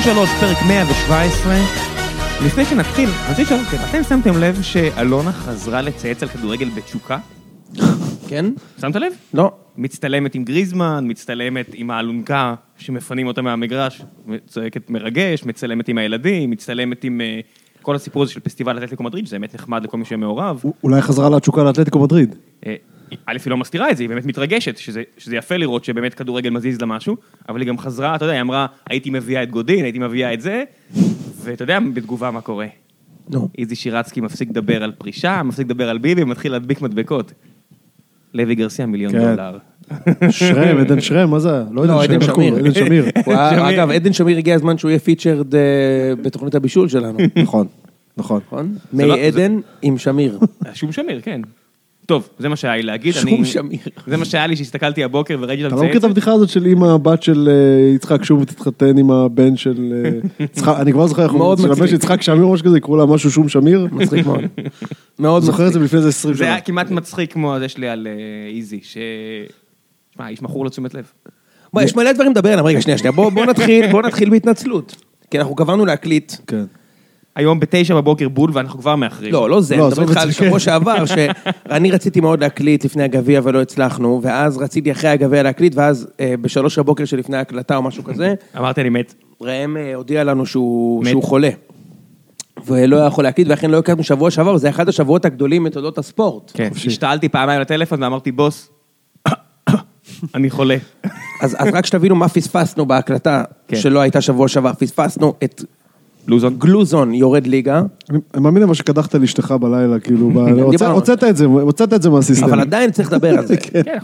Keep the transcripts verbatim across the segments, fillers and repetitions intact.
שלוש, פרק מאה שבע עשרה. לפני שנתחיל, אני רוצה לשאול אתכם, אתם שמתם לב שאלונה חזרה לצייץ על כדורגל בתשוקה? כן? שמת לב? לא. מצטלמת עם גריזמן, מצטלמת עם האלונקה שמפנים אותה מהמגרש, צועקת מרגש, מצטלמת עם הילדים, מצטלמת עם uh, כל הסיפור הזה של פסטיבל אתלטיקו מדריד, שזה באמת נחמד לכל מי שמעורב. אולי חזרה לתשוקה לאתלטיקו מדריד. א', היא לא מסתירה את זה, היא באמת מתרגשת, שזה, שזה יפה לראות שבאמת כדורגל מזיז לה משהו, אבל היא גם חזרה, אתה יודע, היא אמרה, הייתי מביאה את גודין, הייתי מביאה את זה, ואתה יודע בתגובה מה קורה. נו. איזי שירצקי מפסיק לדבר על פרישה, מפסיק לדבר על ביבי, מתחיל להדביק מדבקות. לוי גרסיה, מיליון דולר. שרם, עדן שרם, מה זה? לא, עדן שמיר. עדן שמיר. אגב, עדן שמיר הגיע הזמן שהוא יהיה פיצ'רד בתוכנית הבישול שלנו. נכון, נכון. מי עדן עם שמיר. שום שמיר, כן. טוב, זה מה שהיה לי להגיד. שום שמיר. זה מה שהיה לי שהסתכלתי הבוקר וראיתי אתה לא מכיר את הבדיחה הזאת של אמא הבת של יצחק שום ותתחתן עם הבן של... אני כבר זוכר, של הבן של יצחק שמיר או משהו כזה, יקראו לה משהו שום שמיר. מצחיק מאוד. מאוד זוכר את זה לפני איזה עשרים שנה. זה היה כמעט מצחיק כמו זה שלי על איזי, ש... שמע, איש מכור לתשומת לב. בוא, יש מלא דברים לדבר עליהם. רגע, שנייה, שנייה. בוא נתחיל, בוא נתחיל בהתנצלות. כי אנחנו קבענו להקליט. כן. היום בתשע בבוקר בול, ואנחנו כבר מאחרים. לא, לא זה, אני מדבר איתך על שבוע שעבר, שאני רציתי מאוד להקליט לפני הגביע ולא הצלחנו, ואז רציתי אחרי הגביע להקליט, ואז בשלוש הבוקר שלפני ההקלטה או משהו כזה, אמרתי אני מת. ראם הודיע לנו שהוא חולה, ולא יכול להקליט, ואכן לא הקלטנו שבוע שעבר, וזה אחד השבועות הגדולים מתולדות הספורט. כן, השתעלתי פעמיים לטלפון ואמרתי, בוס, אני חולה. אז רק שתבינו מה פספסנו בהקלטה, שלא הייתה שבוע שעבר, פספסנו את... גלוזון. גלוזון יורד ליגה. אני מאמין למה שכתבת לשתך בלילה, כאילו, הוצאת את זה, הוצאת את זה מהסיסטם. אבל עדיין צריך לדבר על זה.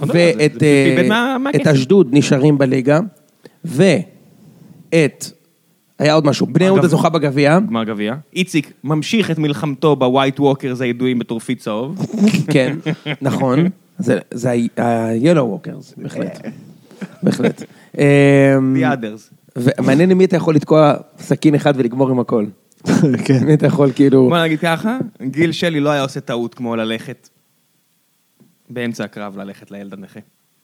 ואת אשדוד נשארים בליגה, ואת, היה עוד משהו, בני יהודה זוכה בגביע. גמר גביע. איציק ממשיך את מלחמתו בווייט ווקרס הידועים בתורפי צהוב. כן, נכון. זה ה-Yellow Walkers, בהחלט. בהחלט. The others. ומעניין אם מי אתה יכול לתקוע סכין אחד ולגמור עם הכל. כן. מי אתה יכול כאילו... בוא נגיד ככה, גיל שלי לא היה עושה טעות כמו ללכת באמצע הקרב, ללכת לילד הנכה.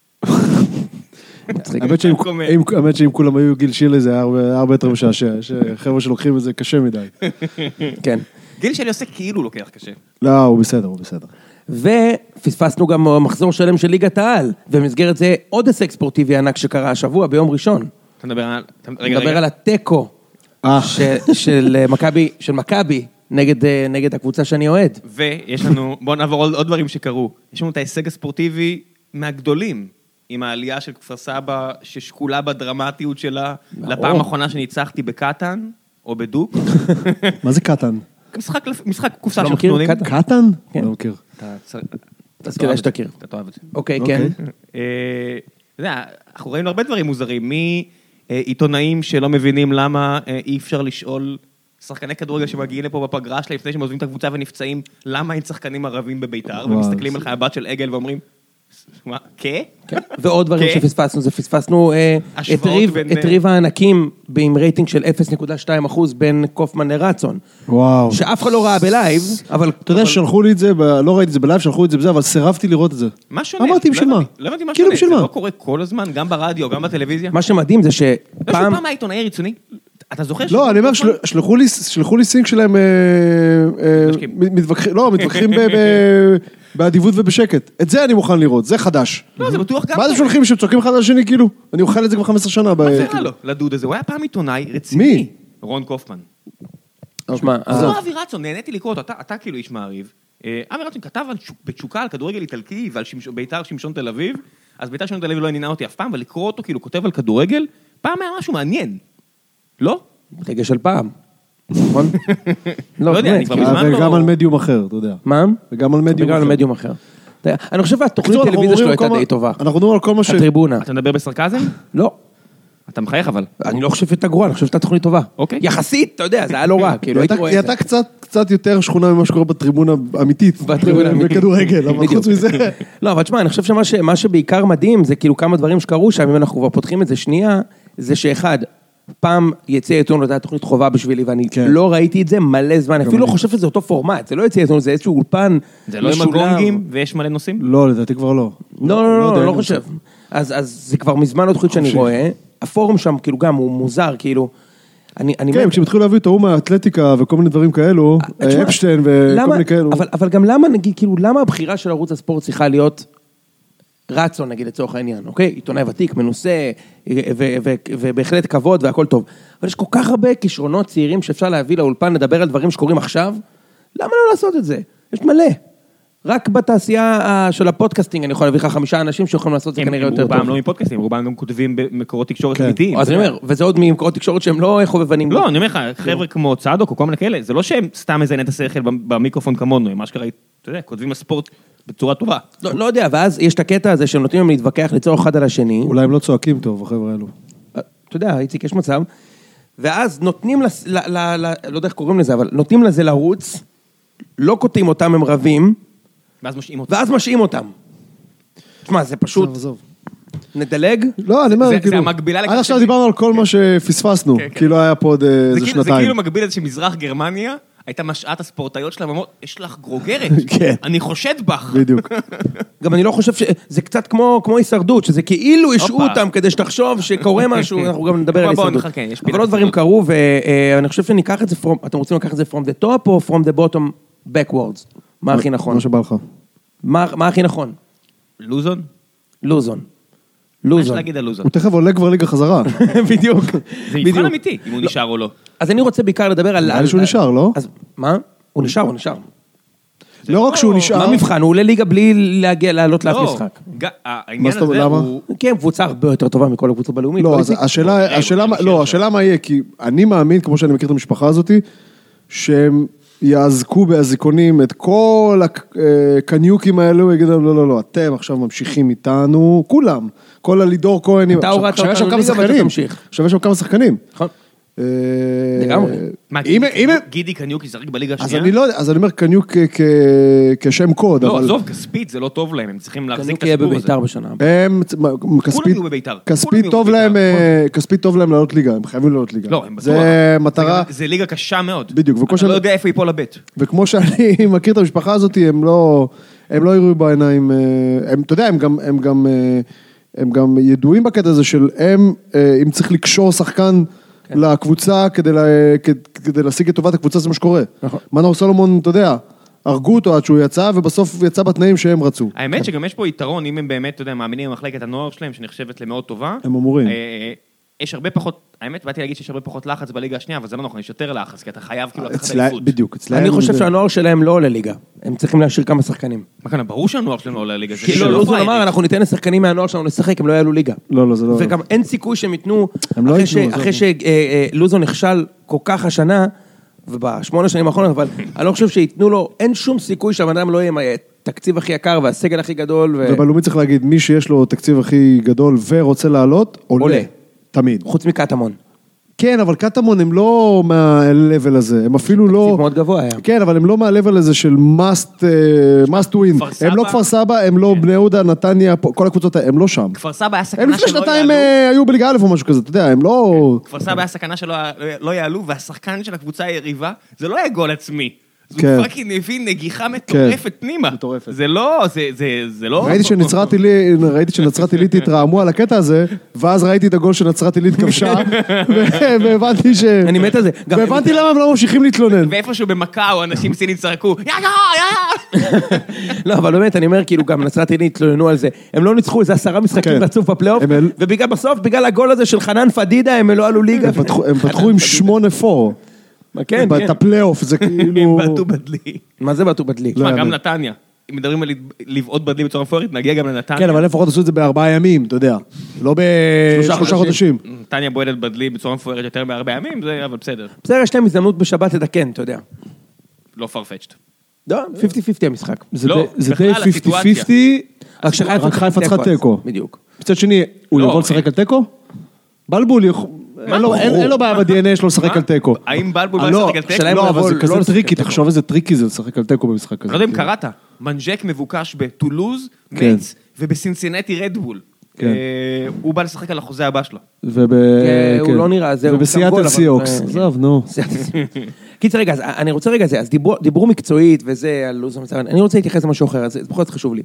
האמת שאם כולם היו גיל שלי זה היה הרבה יותר משעשע, יש חבר'ה שלוקחים את זה קשה מדי. כן. גיל שלי עושה כאילו לוקח קשה. לא, הוא בסדר, הוא בסדר. ופספסנו גם מחזור שלם של ליגת העל, ובמסגרת זה עוד הישג ספורטיבי ענק שקרה השבוע ביום ראשון. אתה מדבר על... רגע, מדבר על הטקו של מכבי, של מכבי, נגד הקבוצה שאני אוהד. ויש לנו, בואו נעבור עוד דברים שקרו. יש לנו את ההישג הספורטיבי מהגדולים, עם העלייה של כפר סבא, ששקולה בדרמטיות שלה, לפעם האחרונה שניצחתי בקטן, או בדוק. מה זה קטן? משחק קופסה של חנונים. קטן? לא מכיר. אז כדאי שתכיר. אתה תאהב את זה. אוקיי, כן. אתה יודע, אנחנו ראינו הרבה דברים מוזרים, מעיתונאים שלא מבינים למה אי אפשר לשאול שחקני כדורגל שמגיעים לפה בפגרה שלה, לפני שהם עוזבים את הקבוצה ונפצעים, למה אין שחקנים ערבים בביתר, ומסתכלים על הבת של אגל ואומרים, מה, כן? ועוד דברים שפספסנו, זה פספסנו את ריב הענקים עם רייטינג של אפס נקודה שתיים אחוז בין קופמן לרצון. וואו. שאף אחד לא ראה בלייב, אבל... אתה יודע, שלחו לי את זה, לא ראיתי את זה בלייב, שלחו את זה בזה, אבל סירבתי לראות את זה. מה שונה? אמרתי, בשביל מה? לא הבנתי מה שונה, זה לא קורה כל הזמן, גם ברדיו, גם בטלוויזיה. מה שמדהים זה שפעם... פעם העיתונאי רצוני, אתה זוכר? לא, אני אומר, שלחו לי סינק שלהם, לא, מתווכחים באדיבות ובשקט. את זה אני מוכן לראות, זה חדש. לא, זה בטוח גם... מה זה שולחים שצועקים אחד על השני, כאילו? אני אוכל את זה כבר חמש עשרה שנה. מה זה לו, לדוד הזה? הוא היה פעם עיתונאי רציני. מי? רון קופמן. שמע, זה לא אבי רצון, נהניתי לקרוא אותו, אתה כאילו איש מעריב. אבי רצון כתב בתשוקה על כדורגל איטלקי ועל ביתר שמשון תל אביב, אז ביתר שמשון תל אביב לא עניינה אותי אף פעם, ולקרוא אותו כאילו כותב על כדורגל, פעם היה משהו מעניין. לא? רגע של פעם. נכון? לא יודע, אני כבר מזמן לא... וגם על מדיום אחר, אתה יודע. מה? וגם על מדיום אחר. וגם על מדיום אחר. אני חושב שהתוכנית טלוויזיה שלו הייתה די טובה. אנחנו מדברים על כל מה ש... הטריבונה. אתה מדבר בסרקזם? לא. אתה מחייך אבל. אני לא חושב שאתה גרוע, אני חושב שאתה תוכנית טובה. אוקיי. יחסית, אתה יודע, זה היה לא רע, כאילו הייתי רואה את זה. היא הייתה קצת יותר שכונה ממה שקורה בטריבונה אמיתית. בטריבונה אמיתית. בכדורגל, אבל חוץ מזה... לא, אבל תשמע, אני חושב שמה שבעיקר מדהים, זה כאילו כמה דברים שקרו שם, אם אנחנו כבר פותחים את זה שנייה, זה שאחד, פעם יצא עיתון לדעת תוכנית חובה בשבילי, ואני לא ראיתי את זה מלא זמן, אפילו לא חושב שזה אותו פורמט, זה לא יצא עיתון, זה איזשהו אולפן. זה לא עם הגונגים ויש מלא נושאים? לא, לדעתי כבר לא. לא, לא, לא, לא חושב. אז זה כבר מזמן עוד תוכנית שאני רואה, הפורום שם כאילו גם הוא מוזר, כאילו, כן, כשהם התחילו להביא את האום האתלטיקה וכל מיני דברים כאלו, אפשטיין וכל מיני כאלו. אבל גם למה, נגיד, כאילו, למה הבחירה של ערוץ הספורט צריכה להיות רצון, נגיד, לצורך העניין, אוקיי? עיתונאי ותיק, מנוסה, ובהחלט כבוד והכל טוב. אבל יש כל כך הרבה כישרונות צעירים שאפשר להביא לאולפן, לדבר על דברים שקורים עכשיו. למה לא לעשות את זה? יש מלא. רק בתעשייה של הפודקאסטינג, אני יכול להביא לך חמישה אנשים שיכולים לעשות את זה כנראה יותר טוב. רובם לא מפודקאסטים, רובם גם כותבים במקורות תקשורת אמיתיים. אז אני אומר, וזה עוד ממקורות תקשורת שהם לא חובבנים. לא, אני אומר לך, חבר'ה כמו צדוק או כל מיני כאלה, זה לא שהם סתם מזיינים את השכל במיקרופון כמונו, הם אשכרה, אתה יודע, כותבים הספורט בצורה טובה. לא יודע, ואז יש את הקטע הזה שהם נותנים להם להתווכח לצורך אחד על השני. אולי הם לא צועקים טוב, החבר'ה האלו. אתה יודע, איציק, יש מצב. ואז נותנים, לא יודע איך קוראים לזה, אבל נותנים לזה לרוץ, לא קוטעים אותם, הם רבים, ואז משאים אותם. ואז משאים אותם. תשמע, זה פשוט... נדלג? לא, אני אומר, זה כאילו... המקבילה... עד עכשיו דיברנו על כל מה שפספסנו, כאילו היה פה עוד איזה שנתיים. זה כאילו מקביל לזה שמזרח גרמניה הייתה משעת הספורטאיות שלה, ואומרות, יש לך גרוגרת, אני חושד בך. בדיוק. גם אני לא חושב שזה קצת כמו הישרדות, שזה כאילו השעו אותם כדי שתחשוב שקורה משהו, אנחנו גם נדבר על הישרדות. אבל עוד דברים קרו, ואני חושב שניקח את זה, אתם רוצים לקחת את זה from the top או from the bottom backwards? מה הכי נכון? מה שבא לך. מה הכי נכון? לוזון? לוזון. מה יש להגיד על לוזון? הוא תכף עולה כבר ליגה חזרה. בדיוק. זה מבחן אמיתי, אם הוא נשאר או לא. אז אני רוצה בעיקר לדבר על... נראה לי שהוא נשאר, לא? מה? הוא נשאר, הוא נשאר. לא רק שהוא נשאר... מה מבחן? הוא עולה ליגה בלי להגיע, לעלות לאף משחק. העניין הזה הוא... כן, קבוצה הרבה יותר טובה מכל הקבוצות בלאומית. לא, אז השאלה מה יהיה, כי אני מאמין, כמו שאני מכיר את המשפחה הזאת, שהם יעזקו באזיקונים את כל הקניוקים האלו, יגידו להם, לא, לא, לא, אתם עכשיו ממשיכים איתנו, כולם, כל הלידור כהנים, שווה שם כמה שחקנים, שווה שם כמה שחקנים. נכון. לגמרי. מה, גידי קניוק ישחק בליגה השנייה? אז אני לא יודע, אז אני אומר קניוק כשם קוד. לא, עזוב, כספית, זה לא טוב להם, הם צריכים להחזיק את הסיפור הזה. קניוק יהיה בביתר בשנה. כולם יהיו בביתר. כספית טוב להם לעלות ליגה, הם חייבים לעלות ליגה. לא, הם בטוח. זה מטרה... זה ליגה קשה מאוד. בדיוק. אתה לא יודע איפה ייפול הבית. וכמו שאני מכיר את המשפחה הזאת, הם לא... הם לא יראו בעיניים... אתה יודע, הם גם... הם גם ידועים בקטע הזה של הם, אם צריך לקשור שחקן לקבוצה כדי, לה, כדי להשיג את טובת הקבוצה, זה מה שקורה. מנור סולומון, אתה יודע, הרגו אותו עד שהוא יצא, ובסוף יצא בתנאים שהם רצו. האמת שגם יש פה יתרון, אם הם באמת, אתה יודע, מאמינים במחלקת הנוער שלהם, שנחשבת למאוד טובה. הם אמורים. יש הרבה פחות, האמת, באתי להגיד שיש הרבה פחות לחץ בליגה השנייה, אבל זה לא נכון, יש יותר לחץ, כי אתה חייב כאילו לקחת אליפות. בדיוק. אני חושב שהנוער שלהם לא עולה ליגה. הם צריכים להשאיר כמה שחקנים. מה כאן, ברור שהנוער שלהם לא עולה ליגה. כאילו, לוזון אמר, אנחנו ניתן לשחקנים מהנוער שלנו לשחק, הם לא יעלו ליגה. לא, לא, זה לא. וגם אין סיכוי שהם ייתנו, אחרי שלוזון נכשל כל כך השנה, ובשמונה שנים האחרונות, אבל אני לא חושב שייתנו לו, אין שום סיכוי שהבן אדם לא יהיה עם התקציב הכי יקר והסגל הכי גדול. ובלאומי צריך להגיד, מי שיש לו תקציב הכי גדול ורוצה לעלות, עולה. תמיד. חוץ מקטמון. כן, אבל קטמון הם לא מהלבל הזה, הם אפילו לא... תקציב מאוד גבוה היה. כן, אבל הם לא מהלבל הזה של must, must win. הם לא כפר סבא, הם לא בני יהודה, נתניה, כל הקבוצות, הם לא שם. כפר סבא היה סכנה שלא יעלו. הם לפני שנתיים היו בליגה א' או משהו כזה, אתה יודע, הם לא... כפר סבא היה סכנה שלא יעלו, והשחקן של הקבוצה היריבה, זה לא היה גול עצמי. הוא פאקינג הביא נגיחה מטורפת פנימה. זה לא, זה לא... ראיתי שנצרת עילית התרעמו על הקטע הזה, ואז ראיתי את הגול שנצרת עילית כבשה, והבנתי ש... אני מת על זה. והבנתי למה הם לא ממשיכים להתלונן. ואיפשהו במקאו אנשים סינים צרקו, יא יא יא! לא, אבל באמת, אני אומר, כאילו, גם נצרת עילית התלוננו על זה. הם לא ניצחו איזה עשרה משחקים רצוף בפלייאוף, ובגלל בסוף, בגלל הגול הזה של חנן פדידה, הם לא עלו ליגה. הם פתחו עם שמונה פור. כן, כן. את הפלייאוף, זה כאילו... הם בטו בדלי. מה זה בטו בדלי? תשמע, גם נתניה. אם מדברים על לבעוט בדלי בצורה מפוארת, נגיע גם לנתניה. כן, אבל לפחות עשו את זה בארבעה ימים, אתה יודע. לא בשלושה חודשים. נתניה בועטת בדלי בצורה מפוארת יותר מארבע ימים, זה אבל בסדר. בסדר, יש להם הזדמנות בשבת לתקן, אתה יודע. לא farfetched. לא, חמישים חמישים המשחק. זה די חמישים חמישים, רק חיפה צריכה תיקו. בדיוק. מצד שני, הוא יכול לשחק על תיקו? בלבול יכול... אין לו בעיה ב-די אן איי שלו לשחק על טקו. האם בלבול בא לשחק על טקו? לא, אבל זה כזה טריקי, תחשוב איזה טריקי זה לשחק על טקו במשחק הזה. לא יודע אם קראת, מנג'ק מבוקש בטולוז, מצ, ובסינסינטי רדבול. הוא בא לשחק על החוזה הבא שלו. הוא לא נראה, זהו. ובסיאטל סיוקס. עזוב, נו. קיצר, רגע, אני רוצה רגע זה, אז דיברו מקצועית וזה, אני רוצה להתייחס למשהו אחר, זה בכל זאת חשוב לי.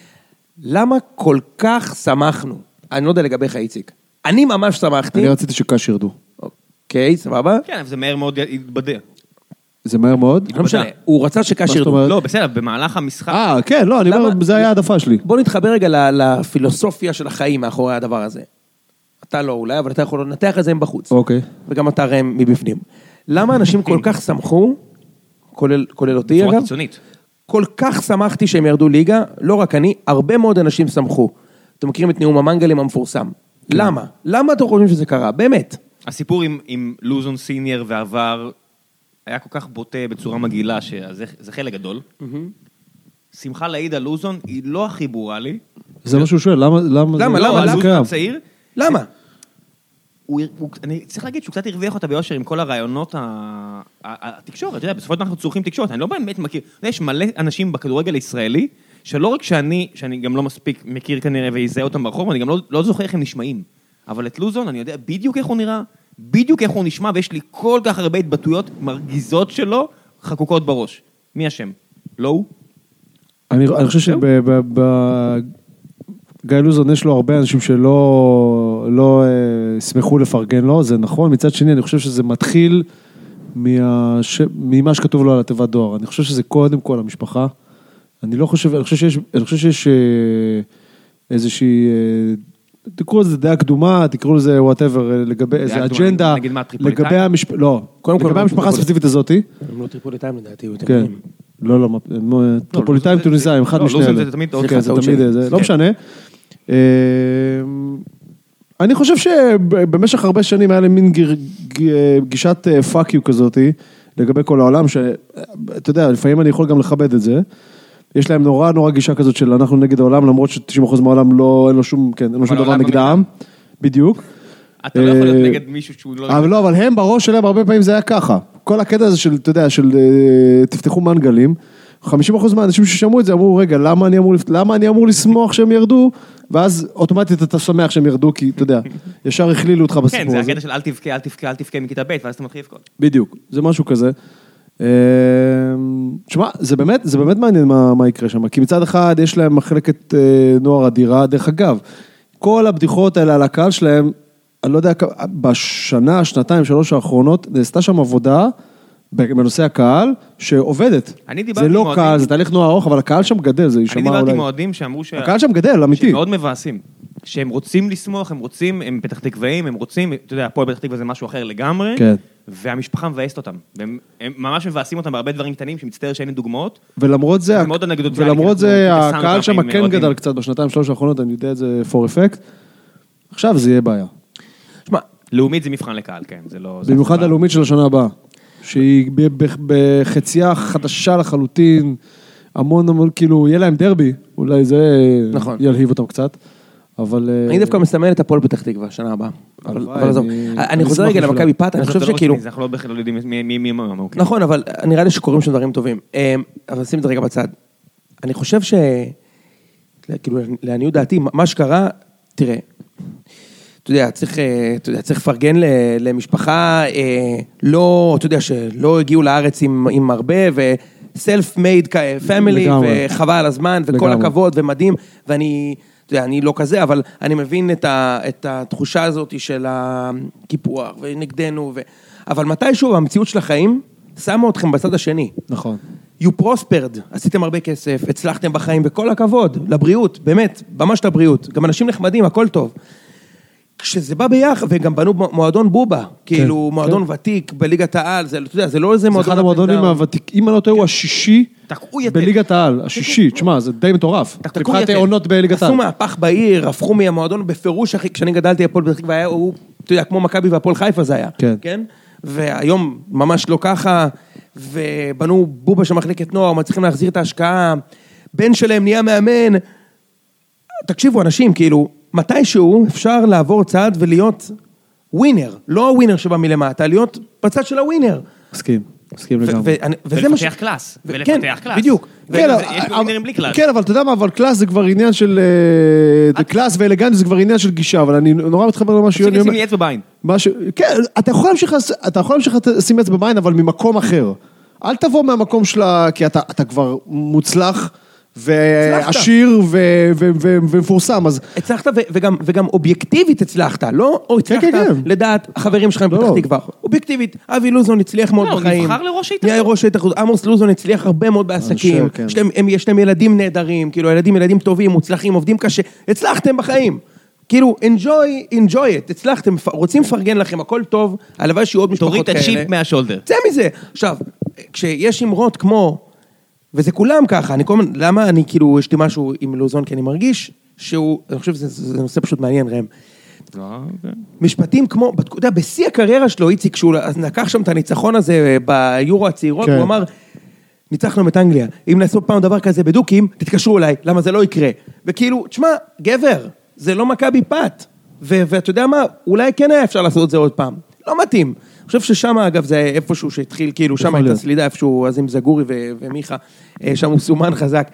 למה כל כך שמחנו, אני לא יודע לגביך איציק, אני ממש שמחתי. אני רציתי שקש ירדו. אוקיי, סבבה? כן, אבל זה מהר מאוד יתבדע. זה מהר מאוד. לא משנה, הוא רצה שקאש מה זאת ירדו. אומרת? לא, בסדר, במהלך המשחק... אה, כן, לא, אני למה- אומר, זה היה העדפה שלי. בוא נתחבר רגע ל- לפילוסופיה של החיים מאחורי הדבר הזה. אתה לא אולי, אבל אתה יכול לנתח את זה מבחוץ. אוקיי. וגם אתה ראם מבפנים. למה אנשים כל כך שמחו, כולל, כולל אותי בצורה אגב, קיצונית. כל כך שמחתי שהם ירדו ליגה, לא רק אני, הרבה מאוד אנשים שמחו. אתם מכירים את נאום המנגלים המפורסם. למה? למה אתם חושבים שזה קרה? באמת. הסיפור עם, עם לוזון סיניור ועבר היה כל כך בוטה בצורה מגעילה, שזה זה חלק גדול. שמחה לאיד על לוזון היא לא הכי ברורה לי. זה מה שהוא שואל, למה, למה, למה, זה- למה, זה למה? לוזון קיים? הצעיר, למה? הוא, הוא, אני צריך להגיד שהוא קצת הרוויח אותה ביושר עם כל הרעיונות ה- ה- התקשורת, אתה יודע, בסופו של דבר אנחנו צורכים תקשורת, אני לא באמת מכיר, יש מלא אנשים בכדורגל הישראלי, שלא רק שאני, שאני גם לא מספיק מכיר כנראה ויזהה אותם ברחוב, אני גם לא, לא זוכר איך הם נשמעים, אבל את לוזון אני יודע בדיוק איך הוא נראה, בדיוק איך הוא נשמע, ויש לי כל כך הרבה התבטאויות מרגיזות שלו, חקוקות בראש. מי השם? לא הוא? אני, אני חושב שגיא לוזון יש לו הרבה אנשים שלא לא, אה, שמחו לפרגן לו, זה נכון, מצד שני אני חושב שזה מתחיל מהש, ממה שכתוב לו על התיבת דואר, אני חושב שזה קודם כל המשפחה, אני לא חושב, אני חושב שיש, אני חושב שיש אה, איזושהי, אה, תקראו לזה דעה קדומה, תקראו לזה whatever, לגבי איזה קדומה, אג'נדה, נגיד מה, טריפוליטאים? לגבי המשפחה, לא, קודם כל, לגבי המשפחה טריפוליטאים. הספציפית הזאתי, הם לא טריפוליטאים לדעתי, הוא כן, לא, לא, טריפוליטאים זה- טוניסאים, אחד לא, משני לוזון אלה. זה תמיד- כן, סליחה, זה טעות תמיד, שלי. זה לא כן. משנה. אה, אני חושב שבמשך הרבה שנים היה לי מין גיר- ג- גישת פאק יו כזאת, לגבי כל העולם, שאתה יודע, לפעמים אני יכול גם לכבד את זה. יש להם נורא נורא גישה כזאת של אנחנו נגד העולם, למרות ש-תשעים אחוז מהעולם לא, אין לו שום, כן, אין לו שום דבר העולם לא נגדם. בדיוק. אתה לא יכול להיות אה, נגד מישהו שהוא לא... אבל לא, אבל הם בראש שלהם הרבה פעמים זה היה ככה. כל הקטע הזה של, אתה יודע, של אה, תפתחו מנגלים, חמישים אחוז מהאנשים ששמעו את זה אמרו, רגע, למה אני אמור, למה אני אמור לשמוח שהם ירדו? ואז אוטומטית אתה שמח שהם ירדו, כי אתה יודע, ישר הכלילו אותך כן, בסיפור זה הזה. הקטע של אל תבכה, אל תבכה, אל תבכה מכיתה ב' ואז אתה מתחיל לבכות. בדיוק, זה משהו כזה. אה, תשמע, זה באמת, זה באמת מעניין מה, מה יקרה שם, כי מצד אחד יש להם מחלקת אה, נוער אדירה, דרך אגב, כל הבדיחות האלה על הקהל שלהם, אני לא יודע, בשנה, שנתיים, שלוש האחרונות, נעשתה שם עבודה בנושא הקהל, שעובדת. אני דיברתי זה עם לא אוהדים. קהל, זה תהליך נוער ארוך, אבל הקהל שם גדל, זה יישמע אני אולי. דיברתי עם אוהדים שאמרו ש... הקהל שם גדל, אמיתי. שהם מאוד מבאסים. שהם רוצים לשמוח, הם רוצים, הם פתח תקוואים, הם רוצים, אתה יודע, הפועל פתח תקווה זה משהו אחר לגמרי, כן. והמשפחה מבאסת אותם. והם הם ממש מבאסים אותם בהרבה דברים קטנים, שמצטער שאין לי דוגמאות. ולמרות זה, זה מאוד אנקדוטלי, ולמרות כי זה, אנחנו התעסקנו הקהל כמה שם עם כן אוהדים. גדל קצת בשנתיים, שלוש האחרונות, אני יודע את זה for effect. עכשיו זה יהיה בעיה. שמע, לאומית זה מבחן לקהל, כן, זה לא... זה במיוחד סיבה. הלאומית של השנה הבאה, שהיא ב- ב- בחצייה חדשה לחלוטין, המון המון, כאילו, יהיה להם דרבי, אולי זה נכון. ילהיב אותם קצת, אבל... אני דווקא מסמן את הפועל פתח תקווה, שנה הבאה. אבל הלוואי, אבל עזוב. אני- אני אני חוזר אשמח רגע בשבילם. למכבי פת, אני זה חושב לא שכאילו... רציני, אנחנו לא בכלל לא יודעים מי מי מי מה, אוקיי. נכון, אבל נראה לי שקורים שם דברים טובים. אה, אבל שים את זה רגע בצד. אני חושב ש... כאילו, לעניות דעתי, מה שקרה, תראה, אתה יודע, צריך, אה, אתה יודע, צריך לפרגן ל- למשפחה, אה, לא, אתה יודע, שלא הגיעו לארץ עם, עם הרבה, ו-self made family, לגמרי. וחבל על הזמן, וכל לגמרי. הכבוד, ומדהים, ואני, אתה יודע, אני לא כזה, אבל אני מבין את, ה, את התחושה הזאת של הקיפוח, ונגדנו, ו... אבל מתישהו, המציאות של החיים, שמה אתכם בצד השני. נכון. You prospered, עשיתם הרבה כסף, הצלחתם בחיים, וכל הכבוד, לבריאות, באמת, ממש לבריאות, גם אנשים נחמדים, הכל טוב. כשזה בא ביחד, וגם בנו מועדון בובה, כאילו מועדון ותיק בליגת העל, זה, אתה יודע, זה לא איזה זה מועדון... אחד המועדונים הוותיקים, אם אני לא טועה, הוא השישי תקעו יתד. בליגת העל, השישי, תשמע, זה די מטורף. תקעו מבחינת יתד. עונות בליגת העל. עשו מהפך בעיר, הפכו מהמועדון בפירוש, אחי, כשאני גדלתי הפועל פתח תקווה, הוא, אתה יודע, כמו מכבי והפועל חיפה זה היה. כן. כן? והיום ממש לא ככה, ובנו בובה של מחלקת נוער, מצליחים להחזיר את ההשקעה, בן שלהם נהיה מאמן. תקשיבו, אנשים, כאילו, מתישהו אפשר לעבור צעד ולהיות ווינר, לא הווינר שבא מלמטה, להיות בצד של הווינר. מסכים, מסכים ו- לגמרי. ואני- וזה מה ש- ולפתח קלאס, ו- ולפתח כן, קלאס. בדיוק. כן, וזה- אבל- יש פה ווינרים בלי קלאס. כן, אבל אתה יודע מה, אבל קלאס זה כבר עניין של... אה, קלאס ואלגנטי זה כבר עניין של גישה, אבל אני נורא מתחבר למה שיוני תפסיק אומר. לשים לי אצבע בעין. משהו, כן, אתה יכול להמשיך, לס- אתה יכול להמשיך לשים אצבע בעין, אבל ממקום אחר. אל תבוא מהמקום שלה, כי אתה, אתה כבר מוצלח, ועשיר ומפורסם, אז... הצלחת וגם אובייקטיבית הצלחת, לא? או הצלחת לדעת החברים שלך בפתח תקווה. אובייקטיבית, אבי לוזון הצליח מאוד בחיים. הוא נבחר לראש ההתאחדות. היה ראש ההתאחדות, עמוס לוזון הצליח הרבה מאוד בעסקים. יש להם ילדים נהדרים, כאילו ילדים ילדים טובים, מוצלחים, עובדים קשה. הצלחתם בחיים. כאילו, enjoy, enjoy it, הצלחתם, רוצים לפרגן לכם, הכל טוב, הלוואי שיהיו עוד משפחות כאלה. תוריד את השיפ מהשולדר. צא מזה. עכשיו, כשיש אמרות כמו, וזה כולם ככה, אני כל הזמן, למה אני כאילו, יש לי משהו עם לוזון, כי אני מרגיש שהוא, אני חושב שזה נושא פשוט מעניין, ראם. משפטים כמו, אתה יודע, בשיא הקריירה שלו, איציק, כשהוא לקח שם את הניצחון הזה ביורו הצעירות, הוא אמר, ניצחנו את אנגליה, אם נעשו פעם דבר כזה בדוקים, תתקשרו אליי, למה זה לא יקרה? וכאילו, תשמע, גבר, זה לא מכבי פת, ואתה יודע מה, אולי כן היה אפשר לעשות את זה עוד פעם, לא מתאים. אני חושב ששם, אגב, זה איפשהו שהתחיל, כאילו, שם הייתה סלידה, איפשהו, אז עם זגורי ומיכה, שם הוא סומן חזק.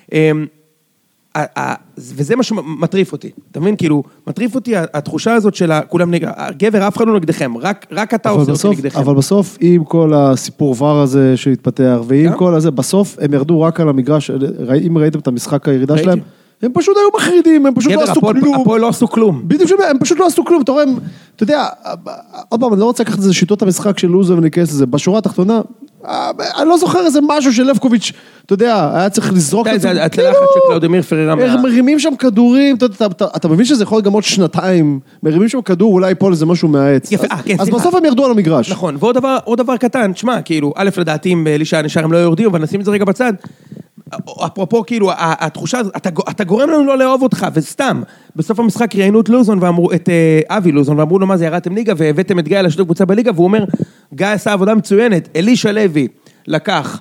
וזה מה שמטריף אותי, אתה מבין? כאילו, מטריף אותי התחושה הזאת של כולם נגד, גבר, אף אחד לא נגדכם, רק אתה עושה אותי נגדכם. אבל בסוף, עם כל הסיפור ור הזה שהתפתח, ועם כל הזה, בסוף הם ירדו רק על המגרש, אם ראיתם את המשחק הירידה שלהם, הם פשוט היו מחרידים, הם פשוט לא עשו כלום. הפועל לא עשו כלום. בדיוק, הם פשוט לא עשו כלום, אתה רואה, אתה יודע, עוד פעם, אני לא רוצה לקחת את זה שיטות המשחק של לוזון וניכנס לזה, בשורה התחתונה, אני לא זוכר איזה משהו של לבקוביץ', אתה יודע, היה צריך לזרוק את זה. זה הצלחת של קלאודמיר פררה. הם מרימים שם כדורים, אתה מבין שזה יכול גם עוד שנתיים, מרימים שם כדור, אולי פה לזה משהו מהעץ. אז בסוף הם ירדו על המגרש. נכון, ועוד דבר קטן, תשמע, כאילו, א' לדעתי, אם לישה נשאר הם לא יורדים, אבל נשים את זה רגע בצד. אפרופו, כאילו, התחושה הזאת, אתה גורם לנו לא לאהוב אותך, וסתם, בסוף המשחק ראיינו את לוזון, ואמרו, את אבי לוזון, ואמרו לו, מה זה, ירדתם ליגה, והבאתם את גיא לשתות קבוצה בליגה, והוא אומר, גיא עשה עבודה מצוינת, אלישע לוי לקח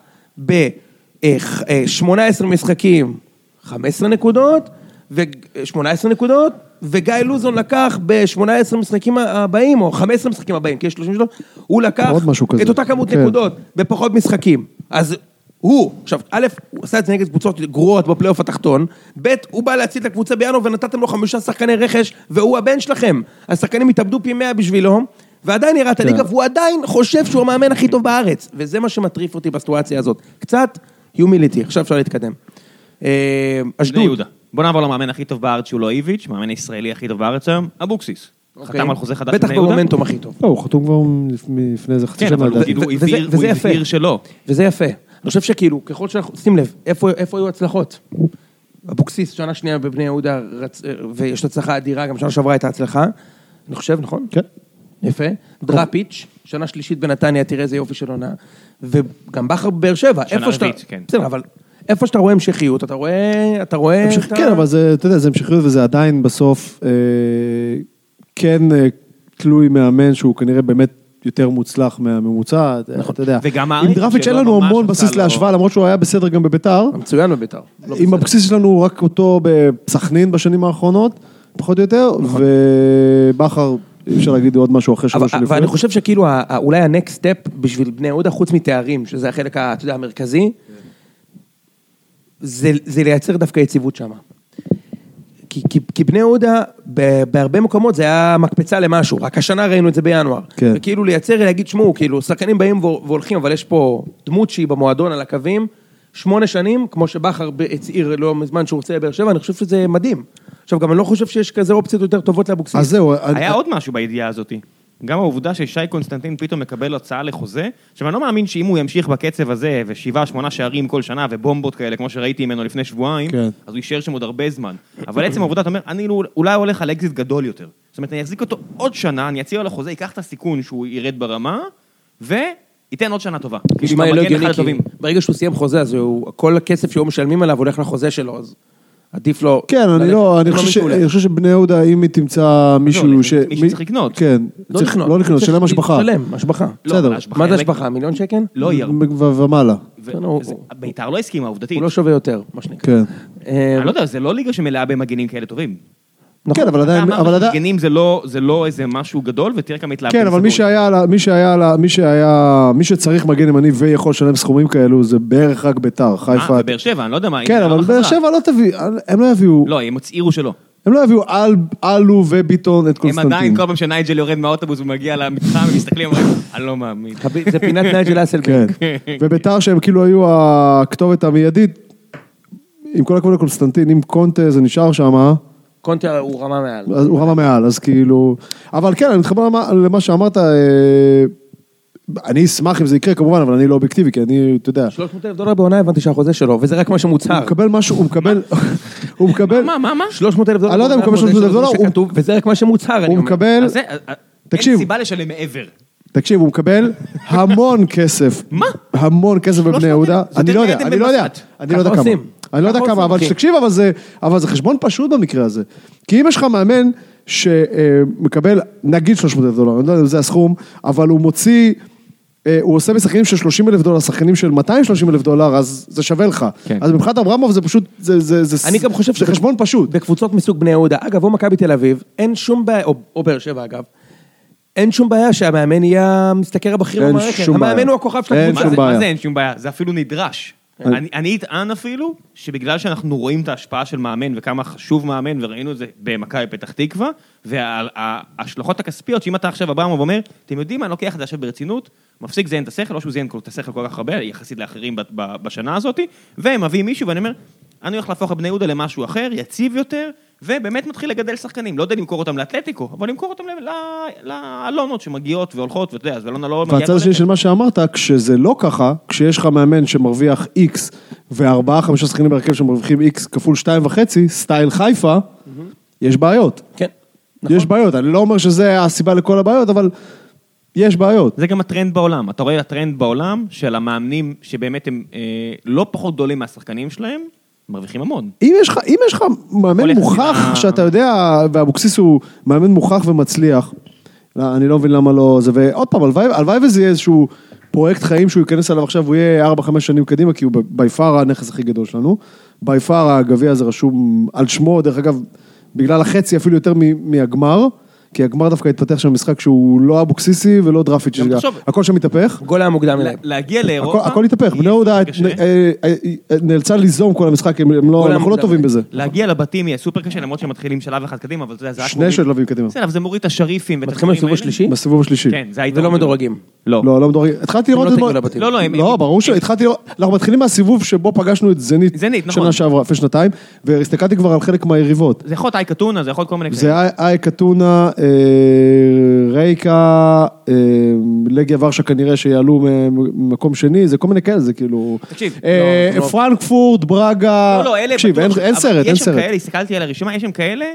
ב-שמונה עשרה משחקים, חמש עשרה נקודות, ו-שמונה עשרה נקודות, וגיא לוזון לקח ב-שמונה עשרה משחקים הבאים, או חמש עשרה משחקים הבאים, כי יש שלושים שלוש, הוא לקח את אותה כמות נקודות, בפחות משחקים. אז הוא, עכשיו, א', הוא עשה את זה נגד קבוצות גרועות בפלייאוף התחתון, ב', הוא בא להציל את הקבוצה בינואר ונתתם לו חמישה שחקני רכש, והוא הבן שלכם. השחקנים התאבדו פי מאה בשבילו, ועדיין יראה את הליגה, והוא עדיין חושב שהוא המאמן הכי טוב בארץ. וזה מה שמטריף אותי בסיטואציה הזאת. קצת humility, עכשיו אפשר להתקדם. אשדוד. בוא נעבור למאמן הכי טוב בארץ שהוא לא איביץ', מאמן הישראלי הכי טוב בארץ היום, אבוקסיס. חתם על חוזה חדש. בטח במומנטום הכי טוב. לא, הוא חתום כבר לפני איזה חצי שנה. הוא הבהיר שלא. וזה יפה. אני חושב שכאילו, ככל שאנחנו, שים לב, איפה, איפה היו הצלחות? אבוקסיס, שנה שנייה בבני יהודה, רצ... ויש הצלחה אדירה, גם שנה שעברה הייתה הצלחה, אני חושב, נכון? כן. יפה. דראפיץ', שנה שלישית בנתניה, תראה איזה יופי של עונה, וגם בכר בבאר שבע, איפה שאתה... כן. בסדר, אבל איפה שאתה רואה המשכיות, אתה רואה... אתה רואה... המשך... אתה... כן, אבל זה, אתה יודע, זה המשכיות, וזה עדיין בסוף, אה, כן, אה, תלוי מאמן, שהוא כנראה באמת, יותר מוצלח מהממוצע, אתה יודע. עם דראפיץ' אין לנו המון בסיס להשוואה, למרות שהוא היה בסדר גם בביתר. מצוין בביתר. עם הבסיס שלנו רק אותו בסכנין בשנים האחרונות, פחות או יותר, ובכר, אי אפשר להגיד עוד משהו אחר שלוש לפני. ואני חושב שכאילו, אולי הנקסט סטפ בשביל בני יהודה, חוץ מתארים, שזה החלק, אתה יודע, המרכזי, זה לייצר דווקא יציבות שם. כי, כי, כי בני יהודה, בהרבה מקומות זה היה מקפצה למשהו, רק השנה ראינו את זה בינואר. כן. וכאילו לייצר, להגיד, שמו, כאילו, שחקנים באים והולכים, אבל יש פה דמות שהיא במועדון על הקווים, שמונה שנים, כמו שבחר הצעיר לא מזמן שהוא רוצה לבאר שבע, אני חושב שזה מדהים. עכשיו, גם אני לא חושב שיש כזה אופציות יותר טובות לאבוקסיס. אז זהו. היה אני... עוד משהו בידיעה הזאת. גם העובדה ששי קונסטנטין פתאום מקבל הצעה לחוזה, עכשיו אני לא מאמין שאם הוא ימשיך בקצב הזה, ושבעה, שמונה שערים כל שנה, ובומבות כאלה, כמו שראיתי ממנו לפני שבועיים, כן. אז הוא יישאר שם עוד הרבה זמן. אבל עצם העובדה, אתה אומר, אני אולי הולך על אקזיט גדול יותר. זאת אומרת, אני אחזיק אותו עוד שנה, אני אציע לו לחוזה, ייקח את הסיכון שהוא ירד ברמה, וייתן עוד שנה טובה. ברגע שהוא סיים חוזה, אז כל הכסף שהוא משלמים עליו הולך לחוזה שלו, אז עדיף לו... כן, אני לא, אני חושב שבני יהודה, אם היא תמצא מישהו ש... מי שצריך לקנות. כן, לא לקנות, שלם השבחה. שלם, השבחה. בסדר. מה זה השבחה? מיליון שקל? לא יהיה. ומעלה. ביתר לא הסכימה, עובדתית. הוא לא שווה יותר, מה שנקרא. כן. אני לא יודע, זה לא ליגה שמלאה במגנים כאלה טובים. כן, אבל עדיין... מגנים זה לא איזה משהו גדול, ותראה כמה התלהב. כן, אבל מי שהיה, מי שהיה, מי שהיה, מי שצריך מגן ימני ויכול לשלם סכומים כאלו, זה בערך רק ביתר, חיפה. אה, בבאר שבע, אני לא יודע מה. כן, אבל בבאר שבע לא תביא, הם לא יביאו... לא, הם הצעירו שלא. הם לא יביאו אלו וביטון את קונסטנטין. הם עדיין, כל פעם שנייג'ל יורד מהאוטובוס ומגיע למתחם, הם מסתכלים, אני לא מאמין. זה פינת נייג'ל אסלבנק. וביתר שהם כאילו היו הכתובת המיידית, עם כל הכבוד לקונסטנטין, אם קונטה זה נשאר שם, קונטה הוא רמה מעל. הוא רמה מעל, אז כאילו, אבל כן, אני מתחבר למה שאמרת, אני אשמח אם זה יקרה כמובן, אבל אני לא אובייקטיבי, כי אני, אתה יודע. שלוש מאות אלף דולר בעונה הבנתי שהחוזה שלו, וזה רק מה שמוצהר. הוא מקבל משהו, הוא מקבל, הוא מקבל, מה, מה, מה? שלוש מאות אלף דולר. אני לא יודע אם הוא מקבל שלוש מאות אלף דולר, וזה רק מה שמוצהר, אני הוא אומר. מקבל, תקשיב. אין סיבה לשלם מעבר. תקשיב, הוא מקבל המון כסף. מה? המון כסף בבני יהודה. אני לא יודע, אני לא יודע. אני לא יודע כמה. אני לא יודע כמה, אבל תקשיב, אבל זה חשבון פשוט במקרה הזה. כי אם יש לך מאמן שמקבל, נגיד שלוש מאות אלף דולר, אני לא יודע אם זה הסכום, אבל הוא מוציא, הוא עושה בשחקנים של שלושים אלף דולר, שחקנים של מאתיים ושלושים אלף דולר, אז זה שווה לך. אז מבחינת אברמוב זה פשוט, אני גם חושב זה חשבון פשוט. בקבוצות מסוג בני יהודה, אגב, או מכבי תל אביב, אין שום בעיה, או באר שבע אגב, אין שום בעיה שהמאמן יהיה מסתכל הבכיר במערכת. המאמן הוא הכוכב של הקבוצה. מה זה אין שום בעיה? זה אפילו נדרש. אני אטען אפילו, שבגלל שאנחנו רואים את ההשפעה של מאמן, וכמה חשוב מאמן, וראינו את זה במכבי פתח תקווה, וההשלכות הכספיות, שאם אתה עכשיו אברמוב אומר, אתם יודעים מה, אני לוקח את זה עכשיו ברצינות, מפסיק זיין את השכל, לא שהוא זיין את השכל כל כך הרבה, יחסית לאחרים בשנה הזאת, והם מביאים מישהו, ואני אומר, אני הולך להפוך את בני יהודה למשהו אחר, יציב יותר, ובאמת מתחיל לגדל שחקנים, לא יודע למכור אותם לאתלטיקו, אבל למכור אותם לאלונות שמגיעות והולכות, ואתה יודע, אז אלונה לא מגיעה... והצד השני של מה שאמרת, כשזה לא ככה, כשיש לך מאמן שמרוויח X, וארבעה, חמישה שחקנים בהרכב שמרוויחים X כפול שתיים וחצי, סטייל חיפה, יש בעיות. כן. יש בעיות, אני לא אומר שזה הסיבה לכל הבעיות, אבל יש בעיות. זה גם הטרנד בעולם, אתה רואה הטרנד בעולם של המאמנים שבאמת הם לא פחות גדולים מהשחקנים שלהם, מרוויחים המון. אם יש לך, אם יש לך מאמן מוכח, שאתה יודע, ואבוקסיס הוא מאמן מוכח ומצליח, אני לא מבין למה לא זה, ועוד פעם, הלוואי וזה יהיה איזשהו פרויקט חיים שהוא ייכנס עליו עכשיו, הוא יהיה ארבע חמש שנים קדימה, כי הוא ביפר הנכס הכי גדול שלנו, ביפר הגביע הזה רשום על שמו, דרך אגב, בגלל החצי אפילו יותר מהגמר, כי הגמר דווקא התפתח שם משחק שהוא לא אבוקסיסי ולא דרפיץ' הכל שם מתהפך. גול היה מוקדם להם. להגיע לאירופה. הכל התהפך, בני יהודה נאלצה ליזום כל המשחק, אנחנו לא טובים בזה. להגיע לבתים יהיה סופר קשה, למרות שהם מתחילים שלב אחד קדימה, אבל זה... שני שלבים קדימה. בסדר, זה מוריד את השריפים. מתחילים בסיבוב השלישי? בסיבוב השלישי. כן, זה ולא מדורגים. לא. לא, לא מדורגים. התחלתי לראות את זה. לא, לא, לא, ברור שהתחלתי לראות, אנחנו מתחילים מהסיבוב שבו פגשנו את זנית שנה שעברה, לפני שנתיים, והסתכלתי כבר על חלק מהיריבות. זה יכול להיות איי קטונה, זה יכול להיות כל מיני... זה איי קטונה, רייקה, לגיה ורשה כנראה שיעלו ממקום שני, זה כל מיני כאלה, זה כאילו... תקשיב. פרנקפורט, ברגה... לא, לא, אלה... תקשיב, אין סרט, אין סרט. הסתכלתי על הרשימה, יש שם כאלה...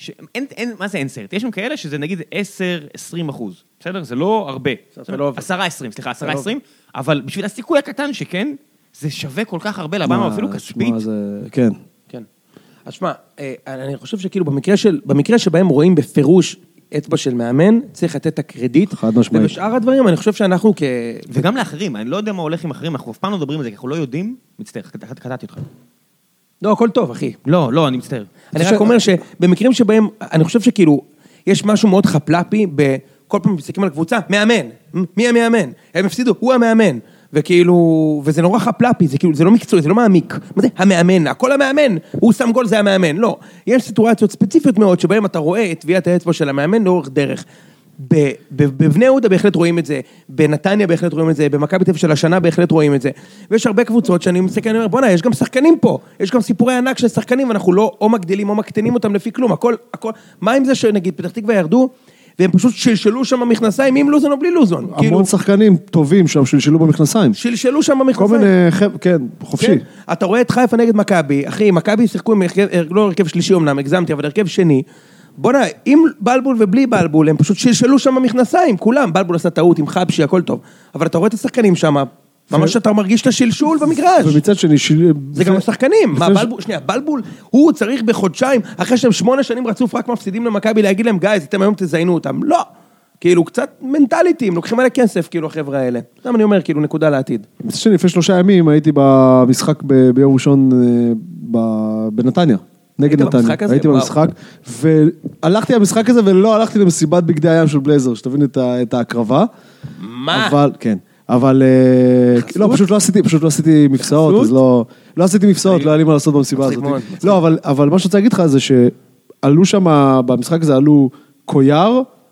מה זה אין סרט? יש שם כאלה שזה נגיד עשר עשרים אחוז, בסדר? זה לא הרבה. עשרה עשרים, סליחה, עשרה עשרים, אבל בשביל הסיכוי הקטן שכן, זה שווה כל כך הרבה לבמה, אפילו כספית. כן. כן. אז שמה, אני חושב שכאילו במקרה שבהם רואים בפירוש אצבע של מאמן, צריך לתת את הקרדיט. חד משמעית. ובשאר הדברים, אני חושב שאנחנו כ... וגם לאחרים, אני לא יודע מה הולך עם אחרים, אנחנו אף פעם לא מדברים על זה, כי אנחנו לא יודעים, מצטער, קטעתי אותך. לא, הכל טוב, אחי. לא, לא, אני מצטער. אני רק אומר שבמקרים שבהם, אני חושב שכאילו, יש משהו מאוד חפלפי, בכל פעם מסתכלים על קבוצה, מאמן. מי המאמן? הם הפסידו, הוא המאמן. וכאילו, וזה נורא חפלפי, זה כאילו, זה לא מקצועי, זה לא מעמיק. מה זה? המאמן, הכל המאמן. הוא שם גול, זה המאמן. לא. יש סיטואציות ספציפיות מאוד, שבהם אתה רואה את טביעת האצבע של המאמן לאורך דרך. בבני יהודה בהחלט רואים את זה, בנתניה בהחלט רואים את זה, במכבי תל אביב של השנה בהחלט רואים את זה, ויש הרבה קבוצות שאני מסתכל, אני אומר, בוא'נה, יש גם שחקנים פה, יש גם סיפורי ענק של שחקנים, ואנחנו לא או מגדילים או מקטנים אותם לפי כלום, הכל, הכל, מה עם זה שנגיד, פתח תקווה ירדו, והם פשוט שלשלו שם במכנסיים, עם לוזון או בלי לוזון. המון שחקנים טובים שם, שלשלו במכנסיים. שלשלו שם במכנסיים. כל מיני, כן, חופשי. אתה רואה את חיפה נגד מכבי, אחי, מכבי שיחקו עם לא הרכב שלישי אמנם, הגזמתי, אבל הרכב שני. בוא'נה, עם בלבול ובלי בלבול, הם פשוט שלשלו שם במכנסיים, כולם. בלבול עשה טעות עם חבשי, הכל טוב. אבל אתה רואה את השחקנים שם, ממש אתה מרגיש את השלשול במגרש. ומצד שני, זה גם השחקנים. מה, בלבול, שנייה, בלבול, הוא צריך בחודשיים, אחרי שהם שמונה שנים רצוף רק מפסידים למכבי, להגיד להם, גייז, אתם היום תזיינו אותם. לא. כאילו, קצת מנטליטים, לוקחים עלי כסף, כאילו, החבר'ה האלה. גם אני אומר, כאילו, נקודה לעתיד. מצד שני, לפני שלושה ימים הייתי במשחק ביום ראשון בנתניה. נגד נתניה, הייתי במשחק, והלכתי למשחק הזה ולא הלכתי למסיבת בגדי הים של בלייזר, שתבין את ההקרבה. מה? אבל, כן, אבל, לא, פשוט לא עשיתי, פשוט לא עשיתי מפסעות, אז לא, לא עשיתי מפסעות, לא היה לי מה לעשות במסיבה הזאת. לא, אבל, אבל מה שרוצה להגיד לך זה שעלו שם, במשחק הזה עלו קויר,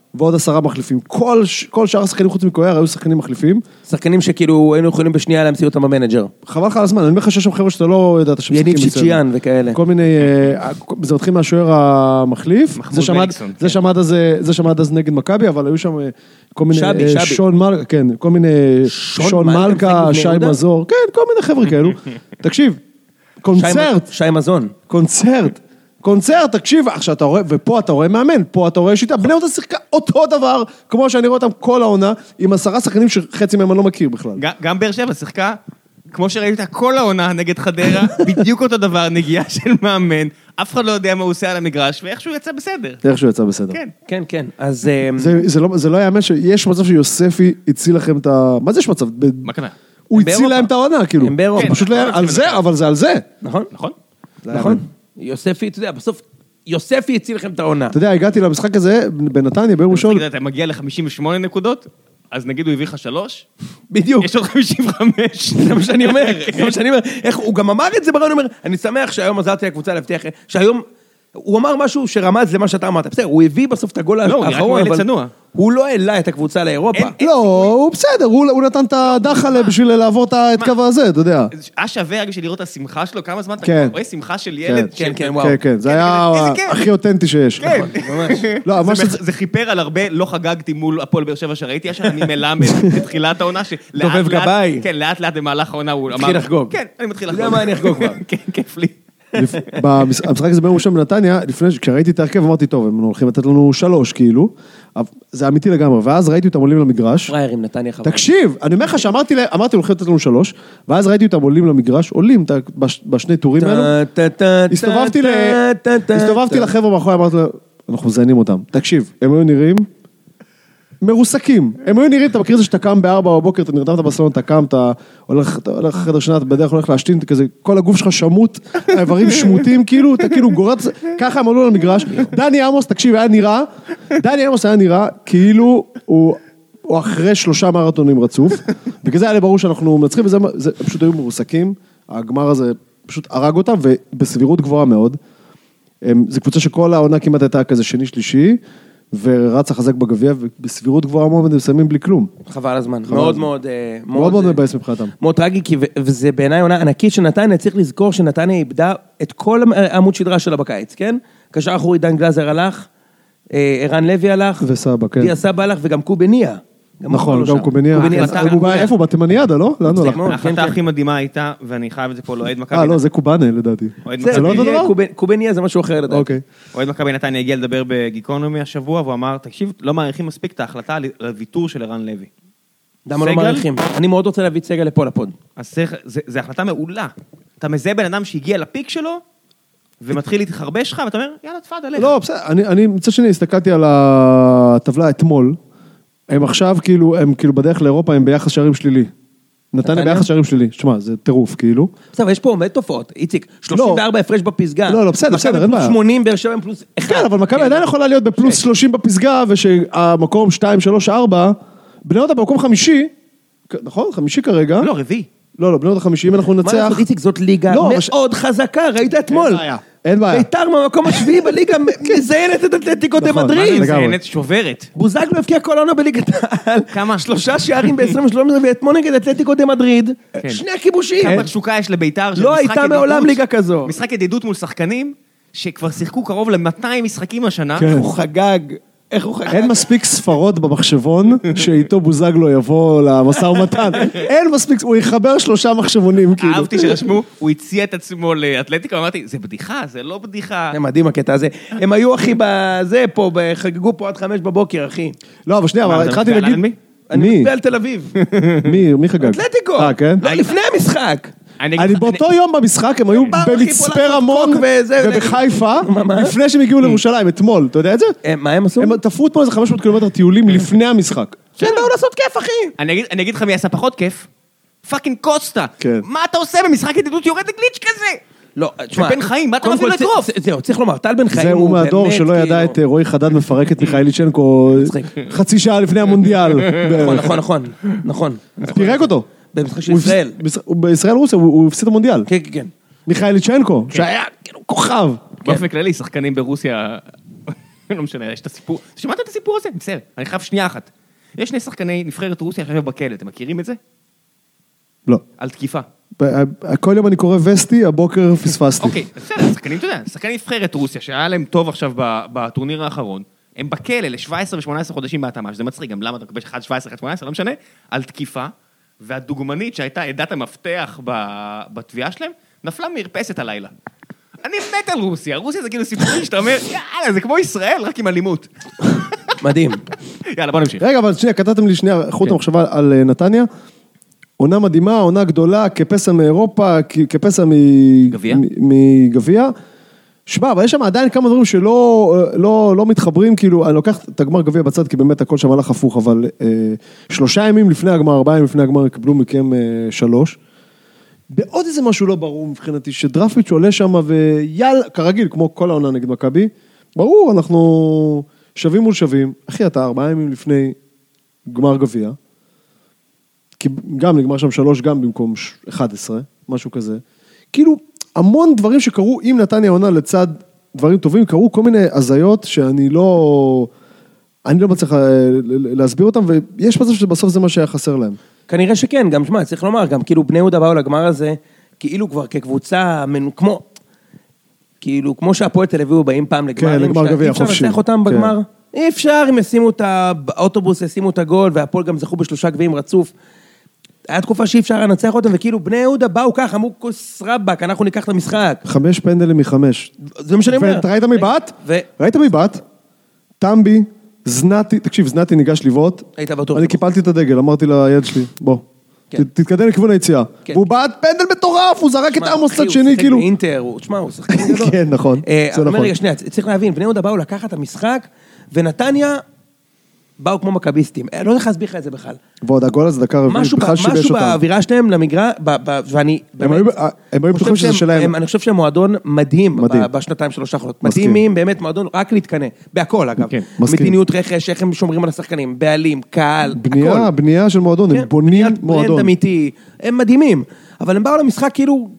ועוד עשרה מחליפים. כל, כל שאר השחקנים חוץ מקויאר היו שחקנים מחליפים. שחקנים שכאילו היינו יכולים בשנייה להמציא אותם במנג'ר. חבל לך על הזמן, אני אומר לך שיש שם חבר'ה שאתה לא יודע, אתה שם יניב שיצ'יאן וכאלה. כל מיני, זה מתחיל מהשוער המחליף, זה שמד אז נגד מכבי, אבל היו שם כל מיני, שון מלכה, כן, כל מיני, שון מלכה, שי מזור, כן, כל מיני חבר'ה כאלו. תקשיב, קונצרט. שי מזון. קונצרט. קונצרט, תקשיב, עכשיו אתה רואה, ופה אתה רואה מאמן, פה אתה רואה שיטה, בני יהודה שיחקה אותו דבר, כמו שאני רואה אותם כל העונה, עם עשרה שחקנים שחצי מהם אני לא מכיר בכלל. גם באר שבע שיחקה, כמו שראיתי אותה כל העונה נגד חדרה, בדיוק אותו דבר, נגיעה של מאמן, אף אחד לא יודע מה הוא עושה על המגרש, ואיכשהו יצא בסדר. איכשהו יצא בסדר. כן, כן, כן. אז זה לא יאמן שיש מצב שיוספי הציל לכם את ה... מה זה יש מצב? מה כמה? הוא הציל להם את העונה, כאילו. הם באירופה. פשוט על זה, אבל זה על זה. נכון? נכון? נכון. יוספי, אתה יודע, בסוף, יוספי הציל לכם את העונה. אתה יודע, הגעתי למשחק הזה, בנתניה, ביום ראשון. אתה מגיע ל-חמישים ושמונה נקודות, אז נגיד הוא הביא לך שלוש, בדיוק. יש עוד חמישים וחמש. זה מה שאני אומר, זה מה שאני אומר. איך, הוא גם אמר את זה ברעיון, הוא אומר, אני שמח שהיום עזרתי לקבוצה להבטיח, שהיום, הוא אמר משהו שרמז למה שאתה אמרת, בסדר, הוא הביא בסוף את הגול האחרון, אבל הוא לא העלה את הקבוצה לאירופה. לא, הוא בסדר, הוא נתן את הדחלה בשביל לעבור את הקו הזה, אתה יודע. היה שווה רגע של לראות את השמחה שלו, כמה זמן אתה רואה שמחה של ילד. כן, כן, וואו. כן, כן, זה היה הכי אותנטי שיש. כן, ממש. זה חיפר על הרבה, לא חגגתי מול הפועל באר שבע שראיתי, יש אני מלמד בתחילת העונה, דובב גבאי. כן, לאט לאט במהלך העונה הוא אמר. מתחיל לחגוג. כן, אני מתחיל לחגוג. אתה יודע מה אני אחגוג כבר. כן, כיף לי. במשחק הזה ביום ראשון בנתניה, לפני כשראיתי את ההרכב, אמרתי, טוב, הם הולכים לתת לנו שלוש, כאילו, זה אמיתי לגמרי, ואז ראיתי אותם עולים למגרש. פריירים, נתניה חבל. תקשיב, אני אומר לך שאמרתי להם, אמרתי, הולכים לתת לנו שלוש, ואז ראיתי אותם עולים למגרש, עולים בשני טורים האלו, הסתובבתי לחבר'ה מאחורי, אמרתי להם, אנחנו מזיינים אותם. תקשיב, הם היו נראים מרוסקים. הם היו נראים, אתה מכיר את זה שאתה קם בארבע בבוקר, אתה נרדמת בסלון, אתה קם, אתה הולך לחדר שנה, אתה בדרך הולך להשתין, כזה, כל הגוף שלך שמות, האיברים שמותים, כאילו, אתה כאילו גורץ, ככה הם עלו למגרש. דני עמוס, תקשיב, היה נראה, דני עמוס היה נראה, כאילו הוא, הוא אחרי שלושה מרתונים רצוף, וכזה היה לי ברור שאנחנו מנצחים, וזה זה, פשוט היו מרוסקים, הגמר הזה פשוט הרג אותם, ובסבירות גבוהה מאוד. זה קבוצה שכל העונה כמעט הייתה כזה שני שלישי, ורץ החזק בגביע, ובסבירות גבוהה מאוד, הם מסיימים בלי כלום. חבל הזמן. מאוד מאוד... מאוד מאוד מבאס מבחינתם. מאוד טרגי, וזה בעיניי עונה ענקית שנתניה, צריך לזכור שנתניה איבדה את כל עמוד שדרה שלה בקיץ, כן? קשר אחורי דן גלזר הלך, ערן לוי הלך, וסבא, כן. דיה סבא הלך, וגם קובניה. נכון, גם קובניה. איפה? בתימניאדה, לא? ההחלטה הכי מדהימה הייתה, ואני חייב את זה פה לאוהד מכבי. אה, לא, זה קובנה, לדעתי. זה לא אותו דבר? קובניה זה משהו אחר, לדעתי. אוקיי. אוהד מכבי נתניה הגיע לדבר בגיקונומי השבוע, והוא אמר, תקשיב, לא מעריכים מספיק את ההחלטה על הוויתור של ערן לוי. למה לא מעריכים? אני מאוד רוצה להביא את סגל לפה לפוד. אז זה החלטה מעולה. אתה מזהה בן אדם שהגיע לפיק שלו, ומתחיל להתחרבש לך, ואתה אומר, יאללה, תפאד עליך. לא, בסדר, אני, מצד שני, הסתכלתי על הטבלה אתמול, הם עכשיו כאילו, הם כאילו בדרך לאירופה, הם ביחס שערים שלילי. נתניה ביחס שערים שלילי. שמה, זה טירוף, כאילו. בסדר, יש פה עומד תופעות. איציק, שלושים וארבע הפרש בפסגה. לא, לא, בסדר, בסדר, אין בעיה. פלוס שמונים, באר שבע פלוס אחד. כן, אבל מכבי עדיין יכולה להיות בפלוס שלושים בפסגה, ושהמקום שתיים, שלוש, ארבע, בני יהודה במקום חמישי, נכון? חמישי כרגע. לא, רביעי. לא, לא, בני יהודה חמישי, אם אנחנו נצח. מה לעשות, איציק, זאת ליגה מאוד חזקה, ראית אתמול. אין בעיה. ביתר מהמקום השביעי בליגה מזיינת את אתלטיקו דה מדריד. מזיינת שוברת. בוזגלו הבקיע כל העונה בליגת העל. כמה? שלושה שערים ב-עשרים ושלוש, ואתמול נגד אתלטיקו דה מדריד. שני הכיבושים. כמה תשוקה יש לביתר. לא הייתה מעולם ליגה כזו. משחק ידידות מול שחקנים, שכבר שיחקו קרוב ל-מאתיים משחקים השנה. הוא חגג. איך הוא חגג? אין מספיק ספרות במחשבון, שאיתו בוזגלו יבוא למשא ומתן. אין מספיק, הוא יחבר שלושה מחשבונים, כאילו. אהבתי שרשמו, הוא הציע את עצמו לאתלטיקה, אמרתי, זה בדיחה, זה לא בדיחה. זה מדהים הקטע הזה. הם היו אחי בזה פה, חגגו פה עד חמש בבוקר, אחי. לא, אבל שנייה, אבל התחלתי להגיד... מי? אני מצביע על תל אביב. מי? מי חגג? אתלטיקו. אה, כן? לא, לפני המשחק. אני באותו יום במשחק, הם היו במצפה רמון ובחיפה, לפני שהם הגיעו לירושלים, אתמול, אתה יודע את זה? מה הם עשו? הם תפרו אתמול איזה חמש מאות קילומטר טיולים לפני המשחק. שהם באו לעשות כיף, אחי. אני אגיד לך מי עשה פחות כיף, פאקינג קוסטה. מה אתה עושה במשחק ידידות יורד לגליץ' כזה? לא, תשמע. בן חיים, מה אתה מביא לאגרוף? זהו, צריך לומר, טל בן חיים הוא מהדור שלא ידע את רועי חדד מפרק את מיכאליצ'נקו חצי שעה לפני המונדיאל. נכון, נכון, נכון. פירק אותו. במשחק של ישראל. בישראל רוסיה, הוא הפסיד המונדיאל. כן, כן, כן. מיכאליצ'נקו, שהיה כאילו כוכב. באופן כללי, שחקנים ברוסיה לא משנה, יש את הסיפור. שמעת את הסיפור הזה? בסדר, אני חייב שנייה אחת. יש שני שחקני נבחרת רוסיה עכשיו בכלא, אתם מכירים את זה? לא. על תקיפה. כל יום אני קורא וסטי, הבוקר פספסתי. אוקיי, בסדר, שחקנים, אתה יודע, שחקני נבחרת רוסיה, שהיה להם טוב עכשיו בטורניר האחרון, הם בכלא ל-שבע עשרה ו-שמונה עשרה חודשים בהתאמה, שזה מצחיק, גם למה אתה מקבל אחד שבע עשרה, אחד שמונה עשרה, לא משנה, על תקיפה, והדוגמנית שהייתה עדת המפתח בתביעה שלהם, נפלה מרפסת הלילה. אני מת על רוסיה, רוסיה זה כאילו סיפורים שאתה אומר, יאללה, זה כמו ישראל, רק עם אלימות. מדהים. יאללה, בוא נמשיך. רגע, אבל שנייה, כתבתם לי שנייה, חוט המחשבה על נתניה, עונה מדהימה, עונה גדולה, כפסע מאירופה, כפסע מגביע. שמה, אבל יש שם עדיין כמה דברים שלא לא, לא מתחברים, כאילו, אני לוקח את הגמר גביע בצד, כי באמת הכל שם הלך הפוך, אבל אה, שלושה ימים לפני הגמר, ארבעה ימים לפני הגמר, יקבלו מכם אה, שלוש. בעוד איזה משהו לא ברור מבחינתי, שדרפיץ' עולה שם ויאללה, כרגיל, כמו כל העונה נגד מכבי, ברור, אנחנו שווים מול שווים, אחי, אתה ארבעה ימים לפני גמר גביע, כי גם נגמר שם שלוש, גם במקום אחד עשרה, משהו כזה, כאילו, המון דברים שקרו עם נתניה עונה לצד דברים טובים, קרו כל מיני הזיות שאני לא, אני לא מצליח להסביר אותם, ויש מצב שבסוף זה מה שהיה חסר להם. כנראה שכן, גם שמה, צריך לומר, גם כאילו בני יהודה באו לגמר הזה, כאילו כבר כקבוצה, כמו, כאילו, כמו שהפועל תל אביב באים פעם לגמרים, כן, לגמר גביע חופשי. אי אפשר לנצח אותם בגמר, אי אפשר, אם ישימו את האוטובוס, ישימו את הגול, והפועל גם זכו בשלושה גביעים רצוף, היה תקופה שאי אפשר לנצח אותם, וכאילו בני יהודה באו כך, אמרו כוס רבק, אנחנו ניקח את המשחק. חמש פנדלים מחמש. זה מה שאני אומר. ראית מבט? ראית מבט? טמבי, זנתי, תקשיב, זנתי ניגש לבעוט. היית בטוח. אני קיפלתי את הדגל, אמרתי לילד שלי, בוא, תתקדם לכיוון היציאה. והוא בעט פנדל מטורף, הוא זרק את עמוס צד שני, כאילו. אינטר, תשמע, הוא שחקן גדול. כן, נכון. זה נכון. רגע, שנייה, צריך להבין, בני יהודה באו לקחת את המשחק, ונתניה באו כמו מכביסטים, לא יודע איך להסביר לך את זה בכלל. ועוד הגול הזה דקה רביעית, בכלל שיבש אותם. משהו באווירה שלהם למגרש, ואני... הם היו בטוחים שזה שלהם. אני חושב שהם מועדון מדהים בשנתיים שלוש האחרונות. מדהימים, באמת מועדון רק להתקנה. בהכל אגב. מדיניות רכש, איך הם שומרים על השחקנים, בעלים, קהל, הכל. בנייה, בנייה של מועדון, הם בונים מועדון. ברנד אמיתי, הם מדהימים. אבל הם באו למשחק כאילו...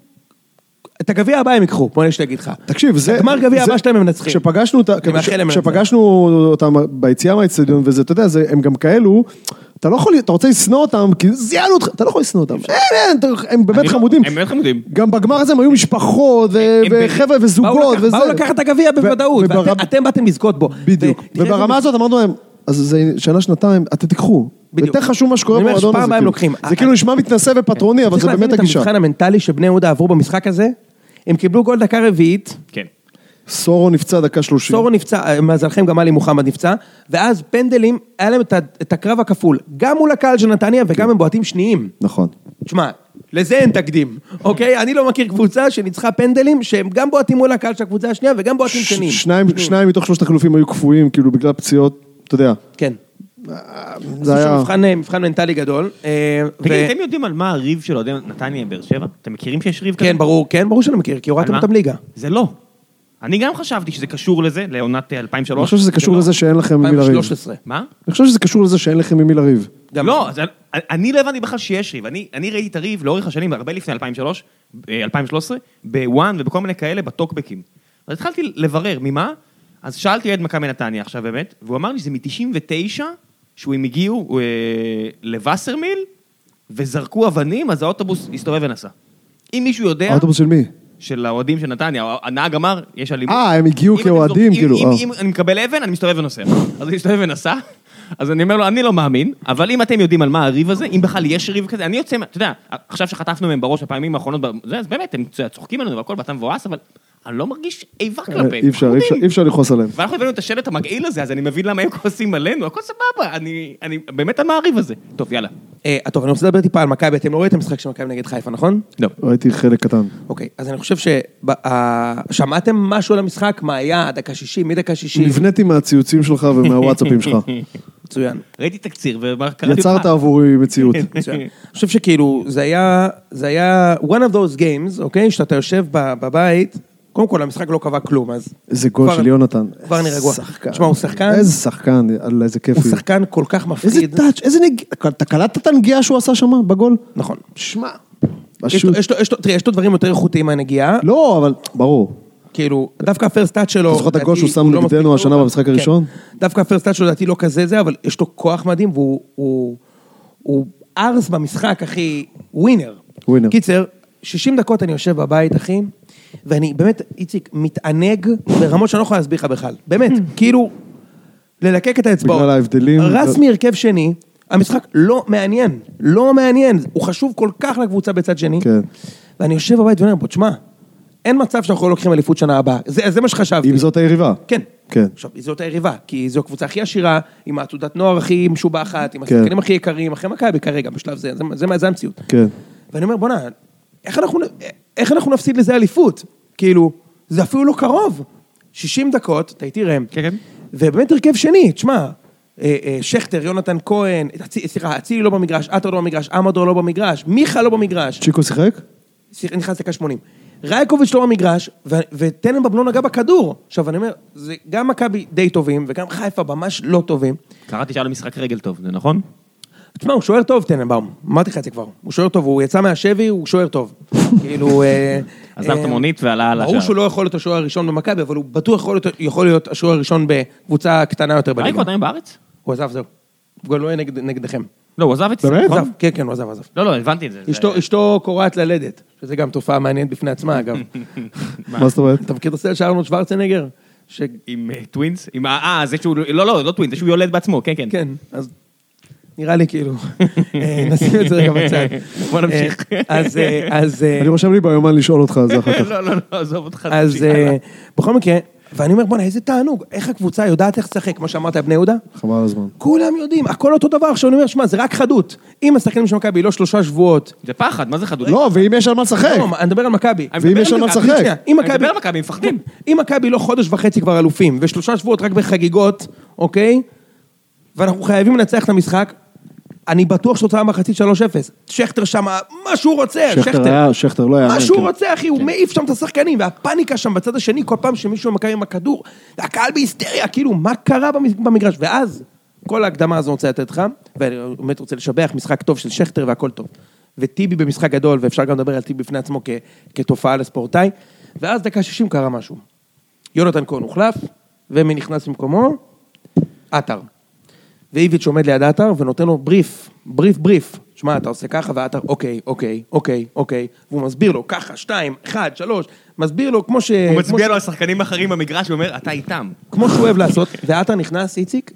את הגביע הבא הם יקחו, בוא נשתה להגיד לך. תקשיב, זה... הגמר גביע הבא שלהם הם מנצחים. כשפגשנו אותם, כשפגשנו אותם ביציאה מהאצטדיון, וזה, אתה יודע, הם גם כאלו, אתה לא יכול, אתה רוצה לסנוע אותם, כי זיינו אותך, אתה לא יכול לסנוע אותם. הם באמת חמודים. הם באמת חמודים. גם בגמר הזה הם היו משפחות, וחבר'ה וזוגות, וזה. באו לקחת את הגביע בוודאות, ואתם באתם לזכות בו. בדיוק. וברמה הזאת אמרנו להם, אז זה שנה, שנתיים, אתם תיקחו. יותר חשוב מה שקורה במועדון הזה. זה כאילו נשמע מתנשא ופטרוני, אבל זה באמת הגישה. המבחן המנטלי שבני יהודה עברו במשחק הזה, הם קיבלו גול דקה רביעית. כן. סורו נפצע דקה שלושים. סורו נפצע, מזלכם גם עלי מוחמד נפצע, ואז פנדלים, היה להם את הקרב הכפול, גם מול הקהל של נתניה, וגם הם בועטים שניים. נכון. תשמע, לזה אין תקדים, אוקיי? אני לא מכיר קבוצה שניצחה פנדלים, שהם גם בועטים מול הקהל של הקבוצה השנייה, וגם בועטים שניים. שניים מתוך שלושת החילופים היו קפואים, כאילו בגלל פציעות, אתה יודע. כן. זה היה... מבחן מנטלי גדול. תגיד, אתם יודעים על מה הריב של אוהדי נתניה עם באר שבע? אתם מכירים שיש ריב כזה? כן, ברור, כן, ברור שאני מכיר, כי הורדתם אותם ליגה. זה לא. אני גם חשבתי שזה קשור לזה, לעונת אלפיים ושלוש. אני חושב שזה קשור לזה שאין לכם ממי לריב. מה? אני חושב שזה קשור לזה שאין לכם ממי לריב. לא, אני לא הבנתי בכלל שיש ריב. אני ראיתי את הריב לאורך השנים, הרבה לפני אלפיים ושלוש, אלפיים ושלוש עשרה, בוואן ובכל מיני כאלה, בטוקבקים. אז התחלתי לברר ממה, אז שאלתי עד מכבי נתניה עכשיו באמת, והוא אמר לי שזה מ-תשעים ותשע שהם הגיעו לווסרמיל, וזרקו אבנים, אז האוטובוס הסתובב ונסע. אם מישהו יודע... האוטובוס של מי? של האוהדים של נתניה, הנהג אמר, יש אלימות. אה, הם הגיעו כאוהדים, כאילו. אם אני מקבל אבן, אני מסתובב ונוסע. אז אני מסתובב ונסע, אז אני אומר לו, אני לא מאמין, אבל אם אתם יודעים על מה הריב הזה, אם בכלל יש ריב כזה, אני יוצא, אתה יודע, עכשיו שחטפנו מהם בראש הפעמים האחרונות, אז באמת, הם צוחקים עלינו והכל, ואתה מבואס, אבל אני לא מרגיש איבה כלפי. אי אפשר, אי אפשר לכעוס עליהם. ואנחנו הבאנו את השלט המגעיל הזה, אז אני מבין למה הם כועסים עלינו, הכל סבבה, אני באמת על מה הריב הזה. טוב, יאללה. טוב, אני רוצה לדבר טיפה על מכבי, אתם לא רואים את המשחק של מכבי נגד חיפה, נכון? לא. ראיתי חלק קטן. אוקיי, אז אני חושב ששמעתם משהו על המשחק, מה היה, דקה שישים, מדקה שישים? נבניתי מהציוצים שלך ומהוואטסאפים שלך. מצוין. ראיתי תקציר וקראתי אותך. יצרת עבורי מציאות. אני חושב שכאילו, זה היה, זה היה one of those games, אוקיי, שאתה יושב בבית, קודם כל, המשחק לא קבע כלום, אז... איזה גול של יונתן. כבר נרגוע. תשמע, הוא שחקן... איזה שחקן, על איזה כיפי. הוא שחקן כל כך מפחיד. איזה טאץ', איזה נגיע... אתה קלטת את הנגיעה שהוא עשה שם בגול? נכון. שמע. תראה, יש לו דברים יותר איכותיים מהנגיעה. לא, אבל ברור. כאילו, דווקא הפרסט טאץ' שלו... אתה זוכר את הגול שהוא שם נגדנו השנה במשחק הראשון? דווקא הפרסט טאץ' שלו דעתי לא כזה זה, אבל יש לו כוח מדהים, והוא ארס במשחק, אחי, ווינר. ווינר. קיצר, שישים דקות אני יושב בבית, אחי, ואני באמת, איציק, מתענג ברמות שאני לא יכול להסביר לך בכלל. באמת, כאילו, ללקק את האצבעות. בגלל ההבדלים. רסמי הרכב שני, המשחק לא מעניין, לא מעניין, הוא חשוב כל כך לקבוצה בצד שני. כן. ואני יושב בבית ואומר, בוא תשמע, אין מצב שאנחנו לא לוקחים אליפות שנה הבאה. זה, זה מה שחשבתי. אם זאת היריבה. כן. כן. עכשיו, זאת היריבה, כי זו הקבוצה הכי עשירה, עם העתודת נוער הכי משובחת, עם כן. השחקנים הכי יקרים, אחרי מכבי כרגע, בשלב זה, זה, זה, זה המציאות. כן. ואני אומר, בוא נה, איך אנחנו, איך אנחנו נפסיד לזה אליפות? כאילו, זה אפילו לא קרוב. שישים דקות, אתה איתי רם. כן, כן. ובאמת הרכב שני, תשמע, שכטר, יונתן כהן, סליחה, אצילי לא במגרש, עטר לא במגרש, עמדור לא במגרש, מיכה לא במגרש. צ'יקו שיחק? נכנס דקה שמונים. רייקוביץ' לא במגרש, וטננבאום לא נגע בכדור. עכשיו, אני אומר, זה גם מכבי די טובים, וגם חיפה ממש לא טובים. קראתי שהיה לו משחק רגל טוב, זה נכון? תשמע, הוא שוער טוב, טננבאום. אמרתי לך את זה כבר. הוא שוער טוב, הוא יצא מהשבי, הוא שוער טוב. כאילו... עזב את המונית ועלה על השער. ברור שהוא לא יכול להיות השוער הראשון במכבי, אבל הוא בטוח יכול להיות השוער הראשון בקבוצה קטנה יותר בליגה. רייקו עדיין בארץ? הוא עזב, זהו. הוא גם לא יהיה נגדכם. לא, הוא עזב את זה. באמת? כן, כן, הוא עזב, עזב. לא, לא, הבנתי את זה. אשתו קוראת ללדת, שזה גם תופעה מעניינת בפני עצמה, אגב. מה זאת אומרת? אתה מכיר את הסרט של ארנולד שוורצנגר? עם טווינס? אה, זה שהוא, לא, לא, לא טווינס, זה שהוא יולד בעצמו, כן, כן. כן, אז נראה לי כאילו, נשים את זה רגע בצד. בוא נמשיך. אז, אז... אני רושם לי ביומן לשאול אותך על זה אחר כך. לא, לא, לא, עזוב אותך. אז בכל מקרה, ואני אומר, בוא'נה, איזה תענוג, איך הקבוצה יודעת איך לשחק, כמו שאמרת, בני יהודה? חבל על הזמן. כולם יודעים, הכל אותו דבר, עכשיו אני אומר, שמע, זה רק חדות. אם השחקנים של מכבי לא שלושה שבועות... זה פחד, מה זה חדות? לא, ואם יש על מה לשחק. לא, אני מדבר על מכבי. ואם יש על מה לשחק. אני מדבר על מכבי, הם מפחדים. אם מכבי לא חודש וחצי כבר אלופים, ושלושה שבועות רק בחגיגות, אוקיי? ואנחנו חייבים לנצח את המשחק, אני בטוח שתוצאה מחצית שלוש אפס. שכטר שם, מה שהוא רוצה, שכטר היה, שכטר לא היה. מה שהוא רוצה, אחי, הוא מעיף שם את השחקנים, והפאניקה שם בצד השני, כל פעם שמישהו מכבי עם הכדור, והקהל בהיסטריה, כאילו, מה קרה במגרש? ואז, כל ההקדמה הזו רוצה לתת לך, ואני באמת רוצה לשבח משחק טוב של שכטר והכל טוב. וטיבי במשחק גדול, ואפשר גם לדבר על טיבי בפני עצמו כתופעה לספורטאי, ואז דקה שישים קרה משהו. יונתן כהן הוחלף, ומי נכנס במקומו? עטר. ואיביץ' עומד ליד עטר ונותן לו בריף, בריף, בריף. שמע, אתה עושה ככה, ועטר, אוקיי, אוקיי, אוקיי, אוקיי. והוא מסביר לו, ככה, שתיים, אחד, שלוש, מסביר לו כמו ש... הוא מצביע לו על שחקנים אחרים במגרש, ואומר, אתה איתם. כמו שהוא אוהב לעשות, ועטר נכנס, איציק,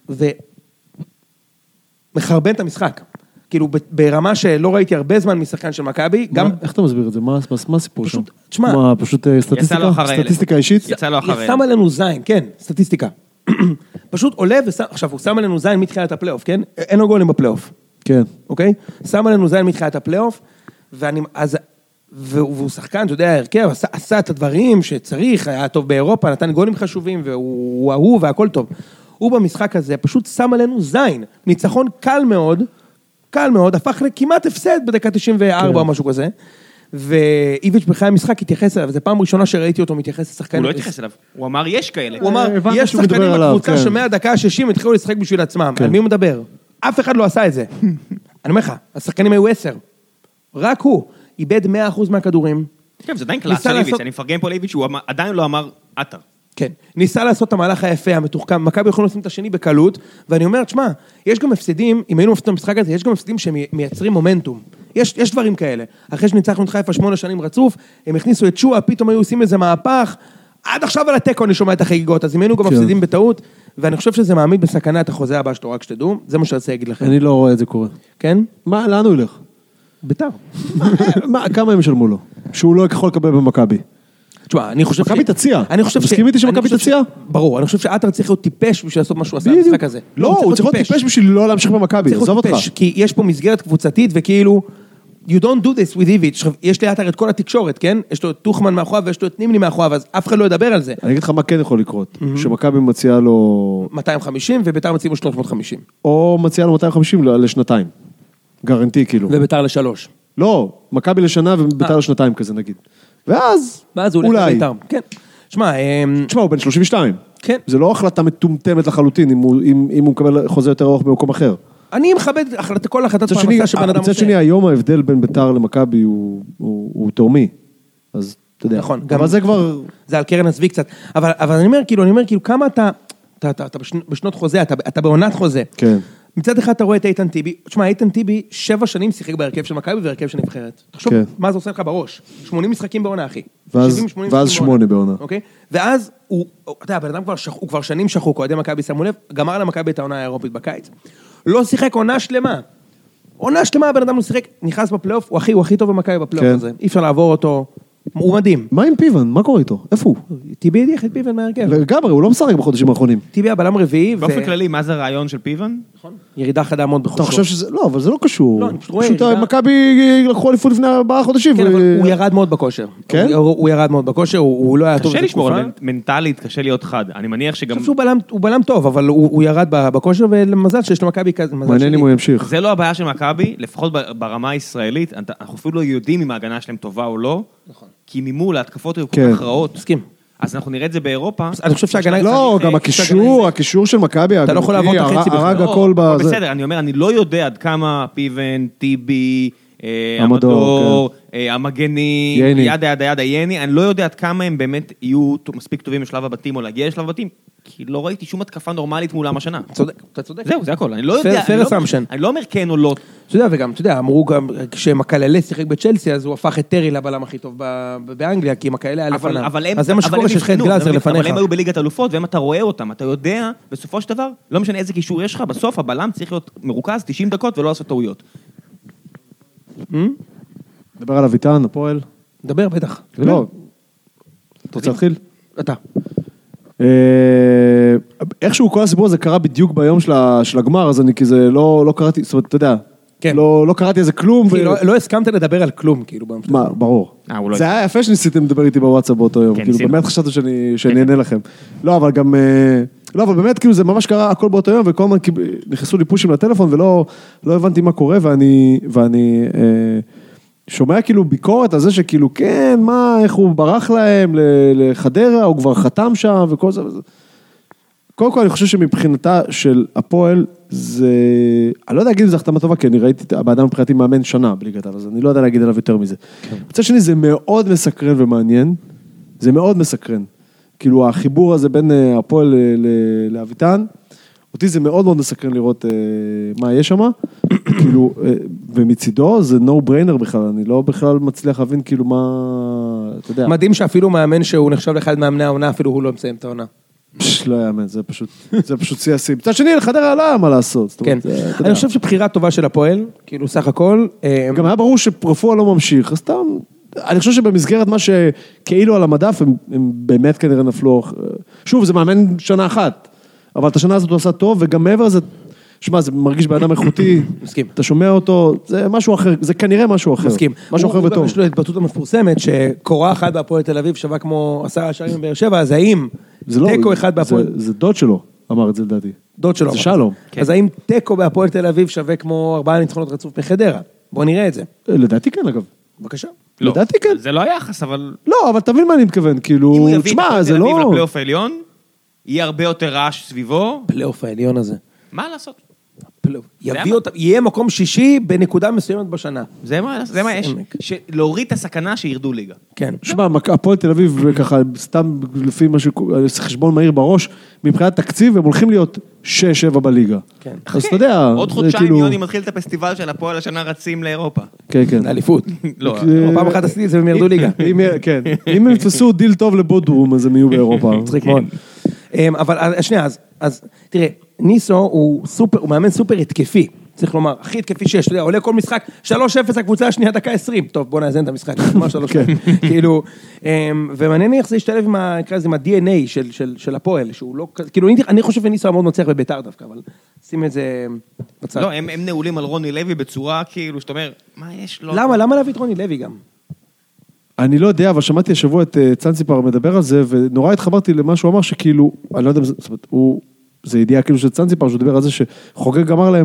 ומחרבן את המשחק. כאילו, ברמה שלא ראיתי הרבה זמן משחקן של מכבי, גם... איך אתה מסביר את זה? מה הסיפור שם? תשמע... מה, פשוט סטטיסטיקה? סטטיסטיקה אישית? יצא לו אחרי. היא שמה לנו זין, כן, סטטיסטיקה. פשוט עולה ושם, עכשיו הוא שם עלינו זין מתחילת הפלייאוף, כן? אין לו גולים בפלייאוף. כן. אוקיי? שם עלינו זין מתחילת הפלייאוף, ואני, אז, והוא שחקן, אתה יודע, הרכב, עשה, עשה את הדברים שצריך, היה טוב באירופה, נתן גולים חשובים, והוא אהוב והכל טוב. הוא במשחק הזה פשוט שם עלינו זין. ניצחון קל מאוד, קל מאוד, הפך לכמעט הפסד בדקה תשעים וארבע או משהו כזה. ואיביץ' בחיי המשחק התייחס אליו, זו פעם ראשונה שראיתי אותו מתייחס לשחקן. הוא לא התייחס אליו, הוא אמר יש כאלה. הוא אמר, יש שחקנים בקבוצה שמהדקה ה-שישים התחילו לשחק בשביל עצמם. על מי הוא מדבר? אף אחד לא עשה את זה. אני אומר לך, השחקנים היו עשר. רק הוא איבד מאה אחוז מהכדורים. כן, זה עדיין קלאס של איביץ', אני מפרגן פה לאיביץ', הוא עדיין לא אמר עטר. כן, ניסה לעשות את המהלך היפה, המתוחכם, מכבי יכולים לשים את השני בקלות, ואני אומר, תשמע, יש גם הפסדים, אם היינו מפסידים במשחק הזה, יש גם הפסדים שמייצרים מומנטום. יש, יש דברים כאלה. אחרי שניצחנו את חיפה שמונה שנים רצוף, הם הכניסו את שואה, פתאום היו עושים איזה מהפך, עד עכשיו על הטקו אני שומע את החגיגות, אז אם היינו גם מפסידים בטעות, ואני חושב שזה מעמיד בסכנה את החוזה הבא שתו, רק שתדעו, זה מה שרצה להגיד לכם. אני לא רואה את זה קורה. כן? מה, לאן הוא ילך? ביתר. מה, כמה הם ישלמו לו? שהוא לא יכול לקבל במכבי. תשמע, אני חושב... מכבי תציע. אני חושב ש... מסכים איתי שמכבי תציע? ברור, אני חושב שעטר צריך להיות טיפש בשביל לעשות משהו עשה במשחק הזה. לא, הוא צריך להיות טיפש בשביל לא להמשיך במכבי, עזוב אותך. כי יש פה מסגרת קבוצתית וכאילו... You don't do this with איביץ'. יש לי עטר את כל התקשורת, כן? יש לו את תוכמן מאחוריו ויש לו את נימני מאחוריו, אז אף אחד לא ידבר על זה. אני אגיד לך מה כן יכול לקרות. שמכבי מציעה לו... מאתיים וחמישים וביתר מציעים לו שלוש מאות וחמישים. או מציעה לו מאתיים וחמישים לשנתיים. גרנטי כאילו. וביתר לשלוש. לא, מכבי לשנה וביתר לשנתיים כזה נגיד. ואז, ואז הוא הולך לביתר. כן. שמע, תשמע, הוא בן שלושים ושתיים. כן. זה לא החלטה מטומטמת לחלוטין, אם הוא, אם, אם הוא מקבל חוזה יותר ארוך במקום אחר. אני מכבד כל החלטת פרנסה שבן אדם עושה. מצד שני, היום ההבדל בין ביתר למכבי הוא, הוא, הוא תורמי. אז אתה יודע. נכון. אבל זה כבר... זה על קרן עזבי קצת. אבל, אבל אני אומר, כאילו, אני אומר, כאילו, כמה אתה, אתה, אתה, אתה בשנות חוזה, אתה, אתה בעונת חוזה. כן. מצד אחד אתה רואה את איתן טיבי, תשמע, איתן טיבי שבע שנים שיחק בהרכב של מכבי ובהרכב של נבחרת. תחשוב, כן. מה זה עושה לך בראש? שמונים משחקים בעונה, אחי. ואז, שבעים, שמונים ואז משחקים שמונה בעונה. אוקיי? ואז הוא, אתה יודע, הבן אדם כבר, שח, הוא כבר שנים שחוק, אוהדי מכבי שמו לב, גמר למכבי את העונה האירופית בקיץ. לא שיחק עונה שלמה. עונה שלמה הבן אדם לא שיחק, נכנס בפלייאוף, הוא הכי, הוא הכי טוב במכבי בפלייאוף כן. הזה. אי אפשר לעבור אותו. הוא מדהים. מה עם פיוון? מה קורה איתו? איפה הוא? טיבי הדיח את פיוון מהרכב. לגמרי, הוא לא משחק בחודשים האחרונים. טיבי הבלם רביעי. באופן כללי, מה זה הרעיון של פיוון? ירידה חדה מאוד בחושו. אתה חושב שזה... לא, אבל זה לא קשור. לא, אני פשוט רואה פשוט ירידה. מכבי לקחו אליפות לפני ארבעה חודשים. כן, ו- אבל הוא ירד מאוד בכושר. כן? הוא, הוא ירד מאוד בכושר, הוא, הוא לא היה טוב. קשה איזה לשמור תקופה. על מנטלית, קשה להיות חד. אני מניח שגם... אני חושב שהוא בלם, הוא בלם טוב, אבל הוא, הוא ירד בכושר, ולמזל שיש למכבי כזה, מזל מעניין שלי. אם הוא ימשיך. זה לא הבעיה של מכבי, לפחות ברמה הישראלית, אנחנו אפילו לא יודעים אם ההגנה שלהם טובה או לא, כי ממול ההתקפות היו כל כן. כך רעות. מסכים. אז אנחנו נראה את זה באירופה. אני חושב שההגנה... לא, גם הקישור, הקישור של מכבי, אתה לא יכול לעבור את החצי בכלל. הרג לא, הכל אבל בזה. בסדר, אני אומר, אני לא יודע עד כמה פיוון, טיבי, אה, המדור, המדור, אה, המגני, ייני. ידה ידה ידה ייני, אני לא יודע עד כמה הם באמת יהיו מספיק טובים לשלב הבתים או להגיע לשלב הבתים, כי לא ראיתי שום התקפה נורמלית מולם השנה. צודק, אתה צודק. זהו, זה הכל. אני לא Fair- יודע, אני fair לא- assumption. אני לא אומר כן או לא. אתה יודע, וגם, אתה יודע, אמרו גם, כשמקללה שיחק בצ'לסי, אז הוא הפך את טרי לבלם הכי טוב ב- באנגליה, כי מקללה היה אבל, לפניו. אבל הם, אז זה מה אבל שקורה הם שיש לך את נבחנו, גלאזר אבל לפניך. הם היו בליגת אלופות, והם אתה רואה אותם, אתה יודע, בסופו של דבר, לא משנה איזה קישור יש לך, בסוף הבלם צריך להיות מרוכז תשעים דקות ולא לעשות טעויות. דבר על אביטן, הפועל. דבר, בטח. לא. אתה רוצה להתחיל? אתה. אה, איכשהו כל הסיפור הזה קרה בדיוק ביום של ה- של הגמר, אז אני כזה לא לא קראתי, זאת אומרת, אתה יודע, כן. לא לא קראתי איזה כלום. כי ו- לא לא הסכמת לדבר על כלום, כאילו. במשחק. מה, ברור. אה, הוא לא זה היה יפה שניסיתם לדבר איתי בוואטסאפ באותו יום, כן, כאילו ניסינו. באמת חשבתי שאני שאני אענה לכם. לא, אבל גם, אה, לא, אבל באמת כאילו זה ממש קרה הכל באותו יום, וכל הזמן כאילו, נכנסו לי פושים לטלפון, ולא לא הבנתי מה קורה, ואני, ואני אה, שומע כאילו ביקורת על זה שכאילו, כן, מה, איך הוא ברח להם ל- לחדרה, הוא כבר חתם שם, וכל זה וזה. קודם כל אני חושב שמבחינתה של הפועל, זה, אני לא יודע להגיד אם זה החתמה טובה, כי אני ראיתי את האדם מבחינתי מאמן שנה בליגת העל, אז אני לא יודע להגיד עליו יותר מזה. מצד שני זה מאוד מסקרן ומעניין, זה מאוד מסקרן. כאילו החיבור הזה בין אה, הפועל ל- ל- לאביטן, אותי זה מאוד מאוד מסקרן לראות אה, מה יש שם, כאילו, אה, ומצידו זה no brainer בכלל, אני לא בכלל מצליח להבין כאילו מה, אתה יודע. מדהים שאפילו מאמן שהוא נחשב לאחד מאמני העונה, אפילו הוא לא מסיים את העונה. פש, לא יאמן, זה פשוט, זה פשוט שיא השיא. מצד שני, לחדרה עלה מה לעשות. זאת כן. אומרת, זה, אתה יודע. אני חושב שבחירה טובה של הפועל, כאילו סך הכל, אה, גם היה ברור שפרפואה לא ממשיך, אז סתם, אני חושב שבמסגרת מה שכאילו על המדף, הם, הם באמת כנראה נפלו, שוב, זה מאמן שנה אחת, אבל את השנה הזאת הוא עשה טוב, וגם מעבר לזה, שמע, זה מרגיש באדם איכותי, מסכים. אתה שומע אותו, זה משהו אחר, זה כנראה משהו אחר. מסכים. משהו אחר הוא- הוא וטוב. גם יש לו התבטאות המפורסמת, שקורה אחת בהפועל תל אביב שווה כמו עשרה שערים בבאר שבע, אז האם זה לא- תיקו אחד בהפועל, זה, זה דוד שלו, אמר את זה לדעתי. דוד שלו. זה אמר. שלום. אז האם תיקו בהפועל תל אביב שווה כמו ארבעה ניצחונות רצוף מחדרה? בוא נראה את זה. לדעתי כן, אגב. בבקשה. לא. לדעתי כן. זה לא היחס, אבל לא, אבל תבין מה אני מתכוון, כאילו, אם הוא יביא את תשמע, הפועל זה תל אביב לא... לפלייאוף העליון, יהיה הרבה יותר רעש סביבו, פלייאוף העליון הזה. מה לעשות? פלייאוף. יביא מה? אותה, יהיה מקום שישי בנקודה מסוימת בשנה. זה מה, זה מה יש, עמק. ש- להוריד את הסכנה שירדו ליגה. כן. שמע, הפועל תל אביב, ככה, סתם לפי מה שחשבון מהיר בראש, מבחינת תקציב, הם הולכים להיות שש שבע בליגה. כן. אז אתה יודע, עוד זה חודשיים כאילו- יוני מתחיל את הפסטיבל של הפועל השנה רצים לאירופה. כן, כן. אליפות. לא, אה, פעם אחת עשיתי את זה והם ירדו ליגה. אם- כן. אם הם יתפסו דיל טוב לבודרום, אז הם יהיו באירופה. מצחיק מאוד. אמ, אבל אז- שנייה, אז, אז תראה, ניסו הוא סופר, הוא מאמן סופר התקפי, צריך לומר, הכי התקפי שיש, אתה יודע, עולה כל משחק, שלוש אפס הקבוצה השנייה דקה עשרים, טוב בוא נאזן את המשחק, נגמר שלוש אפס, כאילו, אמ, ומעניין לי איך זה ישתלב עם ה- נקרא לזה, עם ה-די אן איי של, של, של הפועל, שהוא לא, כזה- כאילו, אני- אני חושב שניסו מאוד מצליח בביתר דווקא, אבל שים את זה בצד. לא, הם הם נעולים על רוני לוי בצורה כאילו, שאתה אומר, מה יש לו? למה, למה להביא את רוני לוי גם? אני לא יודע, אבל שמעתי השבוע את אה, צאנציפר מדבר על זה, ונורא התחברתי למה שהוא אמר, שכאילו, אני לא יודע, זאת אומרת, הוא, זה ידיעה כאילו של צאנציפר, שהוא דיבר על זה שחוגג אמר להם,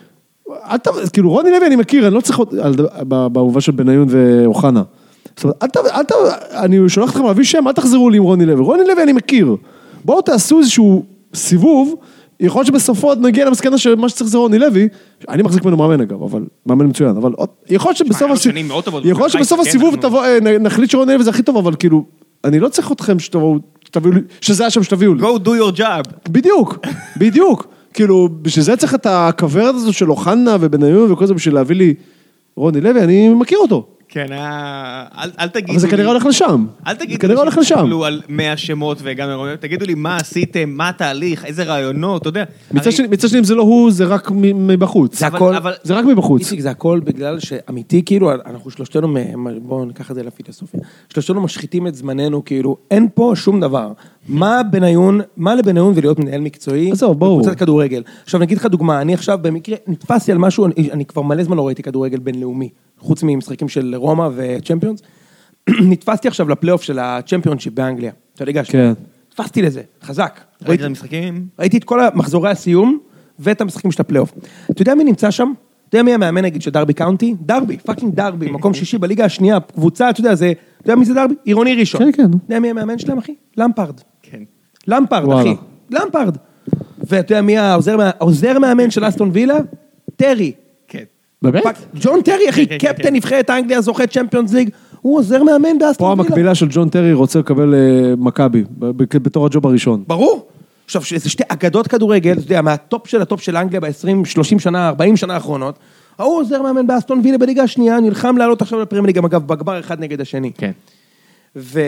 אל ת, כאילו רוני לוי אני מכיר, אני לא צריך, על- ב- במובן של בניון ואוחנה. זאת אומרת, אל ת, אל ת, אני שולח אתכם להביא שם, אל תחזרו לי עם רוני לוי, רוני לוי אני מכיר. בואו תעשו איזשהו סיבוב, יכול להיות שבסופו נגיע למסקנה שמה שצריך זה רוני לוי, אני מחזיק ממנו מאמן אגב, אבל מאמן מצוין, אבל יכול להיות שבסוף יכול להיות שבסוף הסיבוב נחליט שרוני לוי זה הכי טוב, אבל כאילו, אני לא צריך אתכם שתביאו לי, שזה השם שתביאו לי. Go do your job. בדיוק, בדיוק. כאילו, בשביל זה צריך את הכוורת הזו של אוחנה ובניון וכל זה, בשביל להביא לי רוני לוי, אני מכיר אותו. כן, אל תגידו לי... אבל זה כנראה הולך לשם. אל תגידו לי שתקלו על מאה שמות והגענו לרוני לוי, תגידו לי מה עשיתם, מה התהליך, איזה רעיונות, אתה יודע. מצד שני, אם זה לא הוא, זה רק מבחוץ. זה רק מבחוץ. איציק, זה הכל בגלל שאמיתי, כאילו, אנחנו שלושתנו, בואו ניקח את זה לפילוסופיה, שלושתנו משחיתים את זמננו, כאילו, אין פה שום דבר. מה בניון, מה לבניון ולהיות מנהל מקצועי, בקבוצת כדורגל. עכשיו נגיד לך דוגמה, אני עכשיו במקרה נתפסתי על משהו, אני כבר מלא זמן לא ראיתי כדורגל בינלאומי, חוץ ממשחקים של רומא וצ'מפיונס, נתפסתי עכשיו לפלייאוף של הצ'מפיונשיפ באנגליה, אתה יודע גש, נתפסתי לזה, חזק. ראיתי את המשחקים? ראיתי את כל מחזורי הסיום, ואת המשחקים של הפלייאוף. אתה יודע מי נמצא שם? אתה יודע מי המאמן נגיד של דרבי קאונטי? דרבי, פאקינג דרבי, מקום שישי בליגה השנייה, קבוצה, אתה יודע, זה, אתה יודע מי זה דרבי? עירוני ראשון. כן, כן. אתה יודע מי המאמן שלהם, אחי? למפרד. כן. למפרד, אחי. למפרד. ואתה יודע מי העוזר מאמן של אסטון וילה? טרי. כן. באמת? ג'ון טרי, אחי, קפטן נבחרת האנגליה, זוכה צ'מפיונס ליג, הוא עוזר מאמן באסטון וילה. פה המקבילה של ג'ון טרי רוצה לקבל מכבי, בתור הג'וב הראשון. ברור. עכשיו, זה שתי אגדות כדורגל, אתה יודע, מהטופ של הטופ של אנגליה ב-עשרים, שלושים שנה, ארבעים שנה האחרונות, הוא עוזר מאמן באסטון וילה בליגה השנייה, נלחם לעלות עכשיו לפרמייר ליג, אגב, בגמר אחד נגד השני. כן. ו...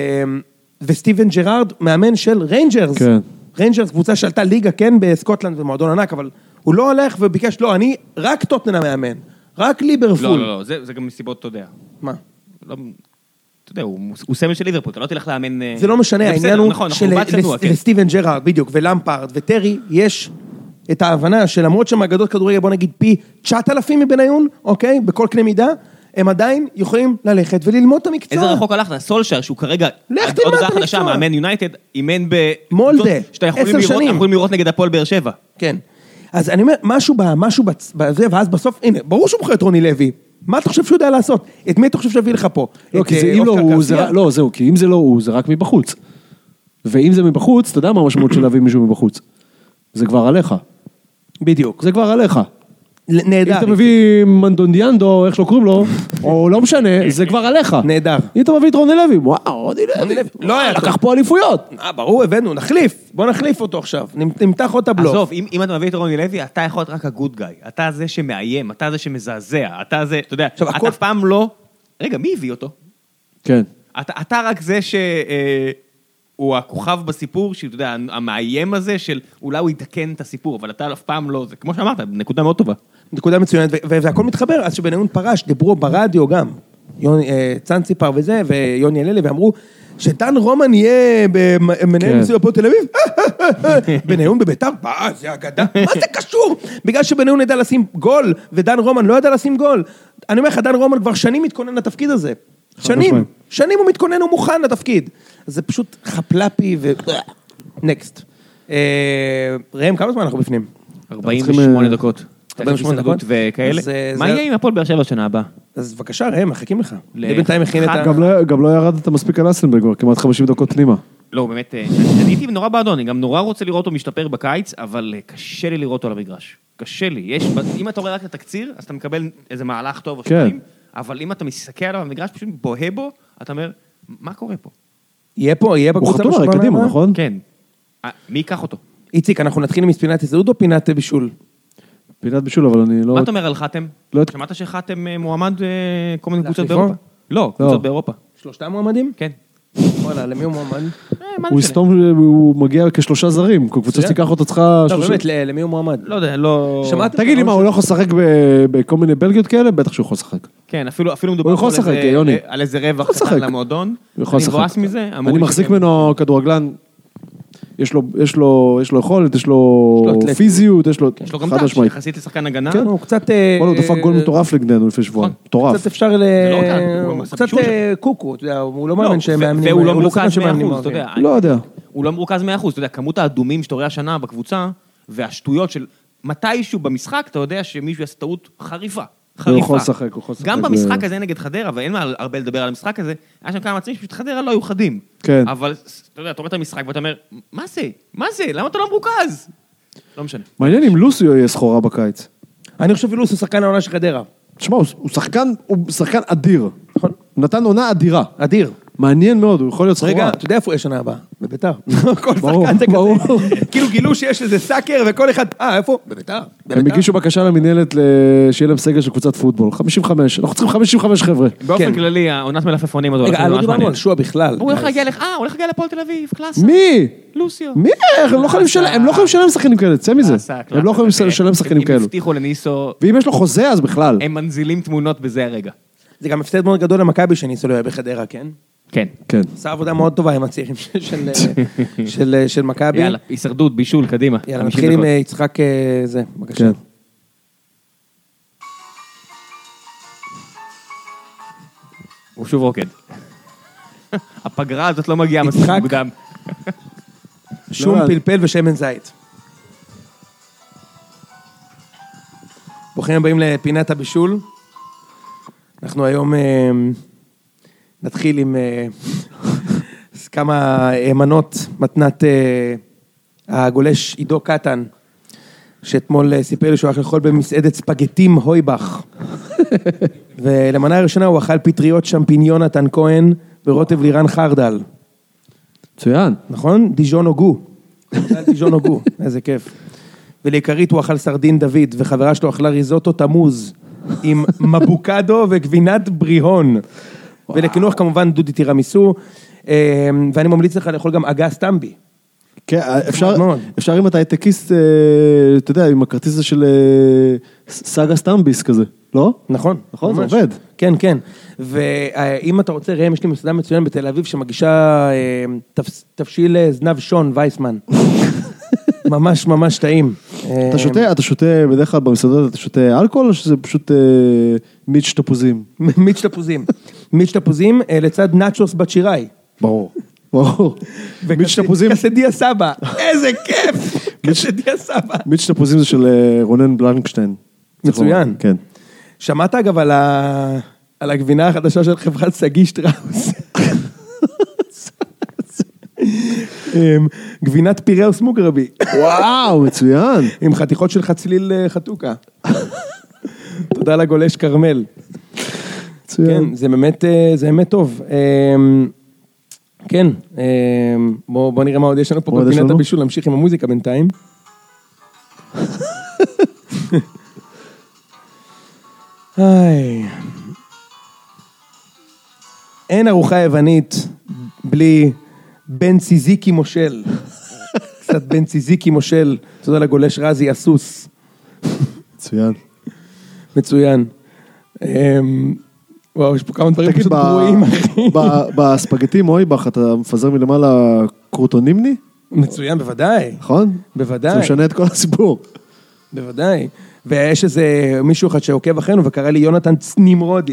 וסטיבן ג'רארד, מאמן של ריינג'רס. כן. ריינג'רס, קבוצה שעלתה ליגה, כן, בסקוטלנד ומועדון ענק, אבל הוא לא הולך וביקש, לא, אני רק טוטנהאם מאמן, רק ליברפול. לא, לא, לא, זה, זה גם מסיבות, אתה יודע. מה? לא, אתה יודע, הוא, הוא סמל של ליברפול, אתה לא תלך לאמן... זה לא משנה, העניין הוא נכון, נכון, שלסטיבן ג'רארד, בדיוק, ולמפרד וטרי, יש את ההבנה שלמרות שמאגדות כדורגל, בוא נגיד פי תשעת אלפים מבניון, אוקיי, בכל קנה מידה, הם עדיין יכולים ללכת וללמוד את המקצוע. איזה רחוק הלכת? סולשר, שהוא כרגע... לך תלמד את המקצוע. חדשה, מאמן יונייטד, אימן ב... מולדה, עשר שנים. יכולים לראות נגד הפועל באר שבע. כן. אז אני אומר, משהו משהו בזה, ואז בסוף, הנה, ברור שהוא בוחר את רוני לוי. מה אתה חושב שהוא יודע לעשות? את מי אתה חושב שיביא לך פה? לא, כי זה, אם לא הוא, זה, לא, זהו, כי אם זה לא הוא, זה רק מבחוץ. ואם זה מבחוץ, אתה יודע מה המשמעות של להביא מישהו מבחוץ? זה כבר עליך. בדיוק. זה כבר עליך. נהדר. אם אתה מביא מנדונדיאנדו, איך שלא קוראים לו, או לא משנה, זה כבר עליך. נהדר. אם אתה מביא את רוני לוי, וואו, רוני לוי. לא היה לקח פה אליפויות. אה, ברור, הבאנו, נחליף. בוא נחליף אותו עכשיו. נמתח עוד הבלוף. עזוב, אם, אם אתה מביא את רוני לוי, אתה יכול להיות רק הגוד גאי. אתה זה שמאיים, אתה זה שמזעזע, אתה זה, אתה יודע, עכשיו, אתה הכל... אף פעם לא... רגע, מי הביא אותו? כן. אתה, אתה רק זה ש... אה, הוא הכוכב בסיפור, שאתה יודע, המאיים הזה של אולי הוא יתקן את הסיפור, אבל אתה אף פעם לא, זה כמו שאמרת, נקודה מאוד טובה. נקודה מצוינת, והכל מתחבר, אז שבניון פרש, דיברו ברדיו גם, צאנציפר וזה, ויוני הללי, ואמרו, שדן רומן יהיה במנהל מסוים הפועל תל אביב, בניון בביתר, מה, זה אגדה, מה זה קשור? בגלל שבניון ידע לשים גול, ודן רומן לא ידע לשים גול. אני אומר לך, דן רומן כבר שנים מתכונן לתפקיד הזה. שנים, שנים הוא מתכונן, הוא מוכן לתפקיד. זה פשוט חפלפי ו... נקסט. ראם, כמה זמן אנחנו בפנים? ארבעים ושמונה דקות. ארבעים ושמונה דקות וכאלה. מה יהיה עם הפועל באר שבע שנה הבאה? אז בבקשה, ראם, מחכים לך. בינתיים מכין את ה... גם לא ירדת מספיק על אסלנברג, כבר כמעט חמישים דקות פנימה. לא, באמת, אני הייתי נורא בעדו, אני גם נורא רוצה לראות אותו משתפר בקיץ, אבל קשה לי לראות אותו על המגרש. קשה לי. יש, אם אתה רואה רק את התקציר, אז אתה מקבל איזה מהלך טוב או שניים, אבל אם אתה מסתכל עליו במגרש, פשוט בוהה בו, אתה אומר, מה קורה פה? יהיה פה, יהיה בקבוצה בשבוע הבא? קדימה, נכון? כן. מי ייקח אותו? איציק, אנחנו נתחיל עם פינת הזהות או פינת בישול? פינת בישול, אבל אני לא... מה אתה אומר על חתם? לא... שמעת שחתם מועמד כל מיני קבוצות באירופה? לא, קבוצות באירופה. שלושתם מועמדים? כן. וואלה, למי הוא מועמד? הוא יסתום, הוא מגיע כשלושה זרים, קבוצה שתיקח אותו צריכה... לא, באמת, למי הוא מועמד? לא יודע, לא... תגיד לי מה, הוא לא יכול לשחק בכל מיני בלגיות כאלה? בטח שהוא יכול לשחק. כן, אפילו מדובר על איזה רווח קטן למועדון. הוא יכול לשחק. אני מבואס מזה. אני מחזיק ממנו כדורגלן, יש לו, יש לו, יש לו יכולת, יש לו פיזיות, יש לו... יש לו גם טאץ' יחסית לשחקן הגנה. כן, הוא קצת... הוא דפק גול מטורף לגדנו לפני שבועיים. מטורף. קצת אפשר ל... הוא קצת קוקו, אתה יודע, הוא לא מאמין שהם מאמנים. והוא לא מרוכז מאה אחוז, אתה יודע. לא יודע. הוא לא מרוכז מאה אחוז, אתה יודע, כמות האדומים שאתה רואה השנה בקבוצה, והשטויות של מתישהו במשחק, אתה יודע שמישהו יעשה טעות חריפה. הוא יכול לשחק, הוא יכול לשחק. גם במשחק הזה נגד חדרה, ואין מה הרבה לדבר על המשחק הזה, היה שם כמה מצבים שפשוט חדרה לא היו חדים. כן. אבל, אתה יודע, אתה רואה את המשחק ואתה אומר, מה זה? מה זה? למה אתה לא מרוכז? לא משנה. מעניין אם לוסיו יהיה סחורה בקיץ. אני חושב לוסיו שחקן העונה של חדרה. תשמע, הוא שחקן, הוא שחקן אדיר. נכון. הוא נתן עונה אדירה. אדיר. מעניין מאוד, הוא יכול להיות סחורה. רגע, אתה יודע איפה יש שנה הבאה? בביתר. כל ברור, שחקן זה ברור. כזה. כאילו גילו שיש איזה סאקר וכל אחד, אה, איפה? בביתר. הם הגישו בקשה למנהלת שיהיה להם סגל של קבוצת פוטבול. חמישים וחמש, אנחנו צריכים חמישים וחמש חבר'ה. באופן כללי, העונת מלפפונים הזו. רגע, לא דיברנו על שועה בכלל. הוא הולך להגיע לך, אה, הוא הולך להגיע לפועל תל אביב, קלאסה. מי? לוסיו. מי? איך? הם לא יכולים לשלם, הם לא יכולים לשלם שחקנים כאלה, צא מזה. קלאסה, הם לא יכולים לשלם שחקנים כאלו. אם הבטיחו לניסו, ואם יש לו חוזה, אז בכלל. הם מנזילים תמונות בזה הרגע. זה גם הפסד מאוד גדול למכבי שניסו לא יהיה בחדרה, כן? כן. כן. עשה עבודה מאוד טובה עם הצעירים של- של- של- של מכבי. יאללה, הישרדות, בישול, קדימה. יאללה, חמישים נתחיל עם דקות. אה, יצחק אה, זה, בבקשה. כן. הוא שוב רוקד. הפגרה הזאת לא מגיעה מספיק יצחק? מוקדם. שום לא, פלפל ושמן זית. ברוכים הבאים לפינת הבישול. אנחנו היום אה, נתחיל עם אה, כמה אה, מנות מתנת אה, הגולש עידו קטן, שאתמול אה, סיפר לי שהוא הולך לאכול במסעדת ספגטים הויבך. ולמנה הראשונה הוא אכל פטריות שמפיניון נתן כהן ורוטב לירן חרדל. מצוין. נכון? דיז'ון אוגו. דיז'ון אוגו, איזה כיף. ולעיקרית הוא אכל סרדין דוד, וחברה שלו אכלה ריזוטו תמוז, עם מבוקדו וגבינת בריהון. ולקינוח כמובן דודי תירמיסו, ואני ממליץ לך לאכול גם אגס טמבי. כן, אפשר, מאוד. אפשר אם אתה הייטקיסט, אה, אתה יודע, עם הכרטיס הזה של אה, סאגה סטמביס כזה, לא? נכון. נכון, זה ממש. עובד. כן, כן. ואם אתה רוצה, ראם, יש לי מסעדה מצוין בתל אביב, שמגישה אה, תפס- תבשיל אה, זנב שון וייסמן. ממש ממש טעים. אתה שותה, אתה שותה בדרך כלל במסעדות, אתה שותה אלכוהול, או שזה פשוט אה, מיץ' תפוזים? מיץ' תפוזים. מיץ' תפוזים אה, לצד נאצ'וס בצ'יראי. ברור. ברור. מיץ' תפוזים, קסדיה סבא. איזה כיף. קסדיה סבא. מיץ' תפוזים זה של אה, רונן בלנקשטיין. מצוין. כן. שמעת אגב על ה... על הגבינה החדשה של חברת סגי שטראוס. אמ, גבינת פיראוס מוגרבי. וואו, מצוין. עם חתיכות של חצליל אה, חתוקה. תודה לגולש קרמל. מצוין. כן, זה באמת, אה, זה באמת טוב. אמ, כן, אמ, בוא בוא נראה מה עוד יש לנו פה עוד יש בפינת לנו? הבישול, נמשיך עם המוזיקה בינתיים. היי. אין ארוחה יוונית בלי בן ציזיקי מושל. קצת בן ציזיקי מושל, תודה לגולש רזי אסוס. מצוין. מצוין. אמ, וואו, יש פה כמה דברים תגיד, פשוט ב- גרועים, אחי. ב- בספגטים אויבך, אתה מפזר מלמעלה קרוטונימני? מצוין, בוודאי. נכון? בוודאי. זה משנה את כל הסיפור. בוודאי. ויש איזה מישהו אחד שעוקב אחרינו וקרא לי יונתן נמרודי.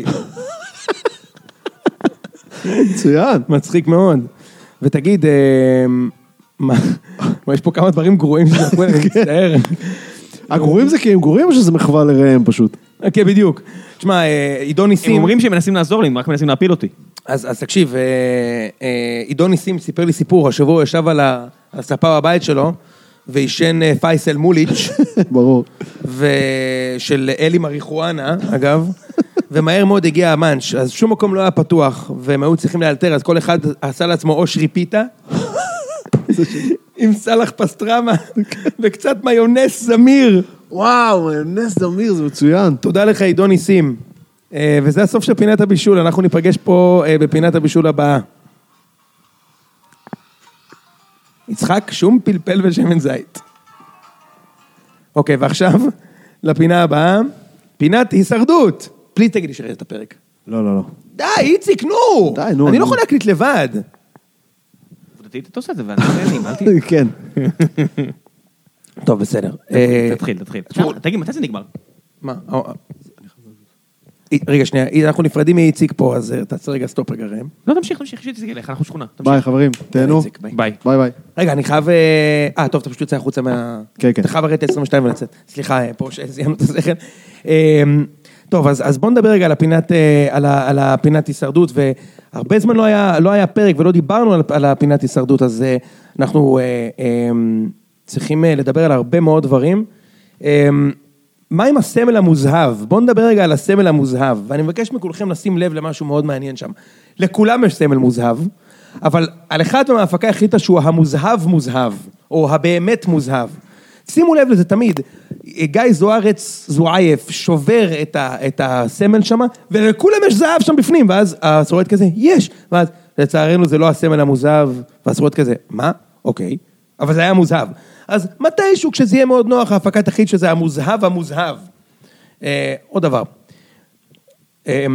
מצוין. מצחיק מאוד. ותגיד, אמ, מה, מה, יש פה כמה דברים גרועים שזכו, אני מצטער. הגרועים זה כי הם גרועים או שזה מחווה לראם פשוט? כן, בדיוק. תשמע, אה, עידו הם ניסים, אומרים שהם מנסים לעזור לי, הם רק מנסים להפיל אותי. אז אז תקשיב, אה, אה, עידו ניסים סיפר לי סיפור, השבוע הוא ישב על ה- על הספה בבית שלו, ועישן אה, פייסל מוליץ', ברור. ושל אלי מריחואנה, אגב, ומהר מאוד הגיע המאנץ', אז שום מקום לא היה פתוח, והם היו צריכים לאלתר, אז כל אחד עשה לעצמו או שריפיטה, עם סלח פסטרמה, וקצת מיונס זמיר. וואו, נס דמיר, זה מצוין. תודה לך עידו ניסים. אה, וזה הסוף של פינת הבישול, אנחנו ניפגש פה אה, בפינת הבישול הבאה. יצחק, שום פלפל ושמן זית. אוקיי, ועכשיו, לפינה הבאה, פינת הישרדות. פליז תגיד לי שראית את הפרק. לא, לא, לא. די, איציק, נו! די, נו, אני לא נו. יכול להקליט לבד. עובדתית, אתה עושה את זה, ואני נהנים, אל תהיה. כן. טוב, בסדר. אה, תתחיל, תתחיל. תשמעו, תגיד, מתי זה נגמר? מה? אה, אה, רגע, שנייה, אנחנו נפרדים מאיציק פה, אז אה, תעשה רגע סטופ רגע ראם. לא, תמשיך, תמשיך, שתסתכל אליך, אנחנו שכונה. תמשיך. ביי, חברים. תהנו. איציק, ביי. ביי. ביי, ביי. רגע, אני חייב... אה, אה, טוב, אתה פשוט יוצא החוצה מה... כן, כן. אתה חייב לרדת עשרים ושתיים ולצאת. סליחה, אה, פה שסיימנו את השכל. אה, טוב, אז, אז בוא נדבר רגע על הפינת, אה, על, ה, על הפינת הישרדות, והרבה זמן לא היה, לא היה פרק ולא דיברנו על, על הפינת הישרדות, אז אה, אנחנו אה, אה, צריכים לדבר על הרבה מאוד דברים. מה עם הסמל המוזהב? בואו נדבר רגע על הסמל המוזהב, ואני מבקש מכולכם לשים לב למשהו מאוד מעניין שם. לכולם יש סמל מוזהב, אבל על אחד מההפקה החליטה שהוא המוזהב מוזהב, או הבאמת מוזהב. שימו לב לזה תמיד, גיא זוארץ זואייף שובר את, ה, את הסמל שם, ולכולם יש זהב שם בפנים, ואז הסורט כזה, יש, ואז לצערנו זה לא הסמל המוזהב, והסורט כזה, מה? אוקיי, אבל זה היה מוזהב. אז מתישהו כשזה יהיה מאוד נוח, ההפקה תחליט שזה המוזהב המוזהב. אה, עוד דבר. אה,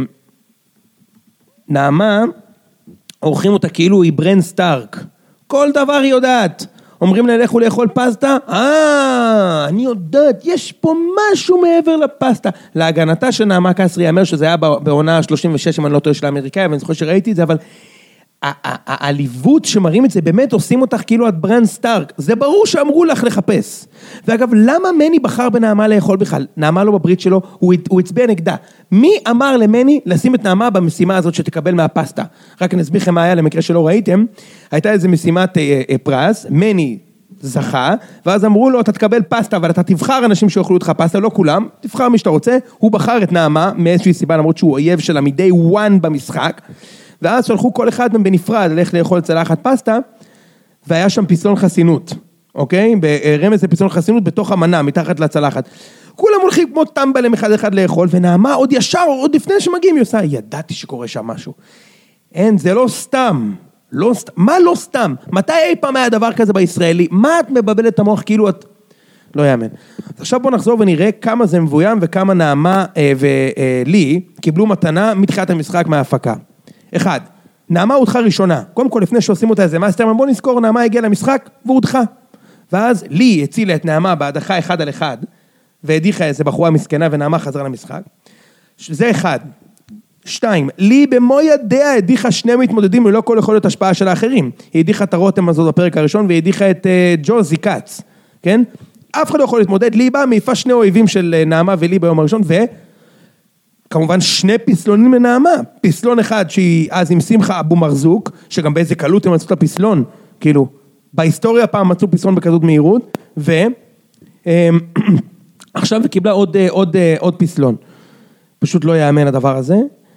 נעמה, עורכים אותה כאילו היא ברן סטארק. כל דבר היא יודעת. אומרים לה, לכו לאכול פסטה? אה, אני יודעת, יש פה משהו מעבר לפסטה. להגנתה של נעמה קסרי, יאמר שזה היה בעונה שלושים ושש, אם אני לא טועה של האמריקאי, ואני זוכר שראיתי את זה, אבל העליבות שמראים את זה, באמת עושים אותך כאילו את ברן סטארק. זה ברור שאמרו לך לחפש. ואגב, למה מני בחר בנעמה לאכול בכלל? נעמה לא בברית שלו, הוא, הוא הצביע נגדה. מי אמר למני לשים את נעמה במשימה הזאת שתקבל מהפסטה? רק נסביר לכם מה היה למקרה שלא ראיתם. הייתה איזו משימת אה, אה, פרס, מני זכה, ואז אמרו לו, אתה תקבל פסטה, אבל אתה תבחר אנשים שאוכלו אותך פסטה, לא כולם, תבחר מי שאתה רוצה. הוא בחר את נעמה, מאיזושהי סיבה, למרות שהוא אויב שלה מדי וואן במשחק. ואז שלחו כל אחד מהם בנפרד, ללכת לאכול צלחת פסטה, והיה שם פסלון חסינות, אוקיי? ברמז לפסלון חסינות בתוך המנה, מתחת לצלחת. כולם הולכים כמו טמבלם אחד אחד לאכול, ונעמה עוד ישר, עוד לפני שמגיעים, היא עושה, ידעתי שקורה שם משהו. אין, זה לא סתם. לא סתם. מה לא סתם? מתי אי פעם היה דבר כזה בישראלי? מה את מבבלת את המוח כאילו את... לא יאמן. עכשיו בוא נחזור ונראה כמה זה מבוים, וכמה נעמה אה, ולי קיבלו מתנה מתחילת המשחק מההפקה. אחד, נעמה הודחה ראשונה. קודם כל, לפני שעושים אותה איזה מאסטרמן, בוא נזכור, נעמה הגיעה למשחק והודחה. ואז לי הצילה את נעמה בהדחה אחד על אחד, והדיחה איזה בחורה מסכנה ונעמה חזרה למשחק. זה אחד. שתיים, לי במו ידיה הדיחה שני מתמודדים ולא כל יכולת השפעה של האחרים. היא הדיחה את הרותם הזאת בפרק הראשון, והיא הדיחה את uh, ג'וזי קאץ. כן? אף אחד לא יכול להתמודד. לי בא מעיפה שני אויבים של נעמה ולי ביום הראשון, ו... כמובן שני פסלונים לנעמה, פסלון אחד שהיא אז עם שמחה אבו מרזוק, שגם באיזה קלות הם מצאו את הפסלון, כאילו, בהיסטוריה פעם מצאו פסלון בכזאת מהירות, ועכשיו היא קיבלה עוד, עוד, עוד פסלון, פשוט לא יאמן הדבר הזה,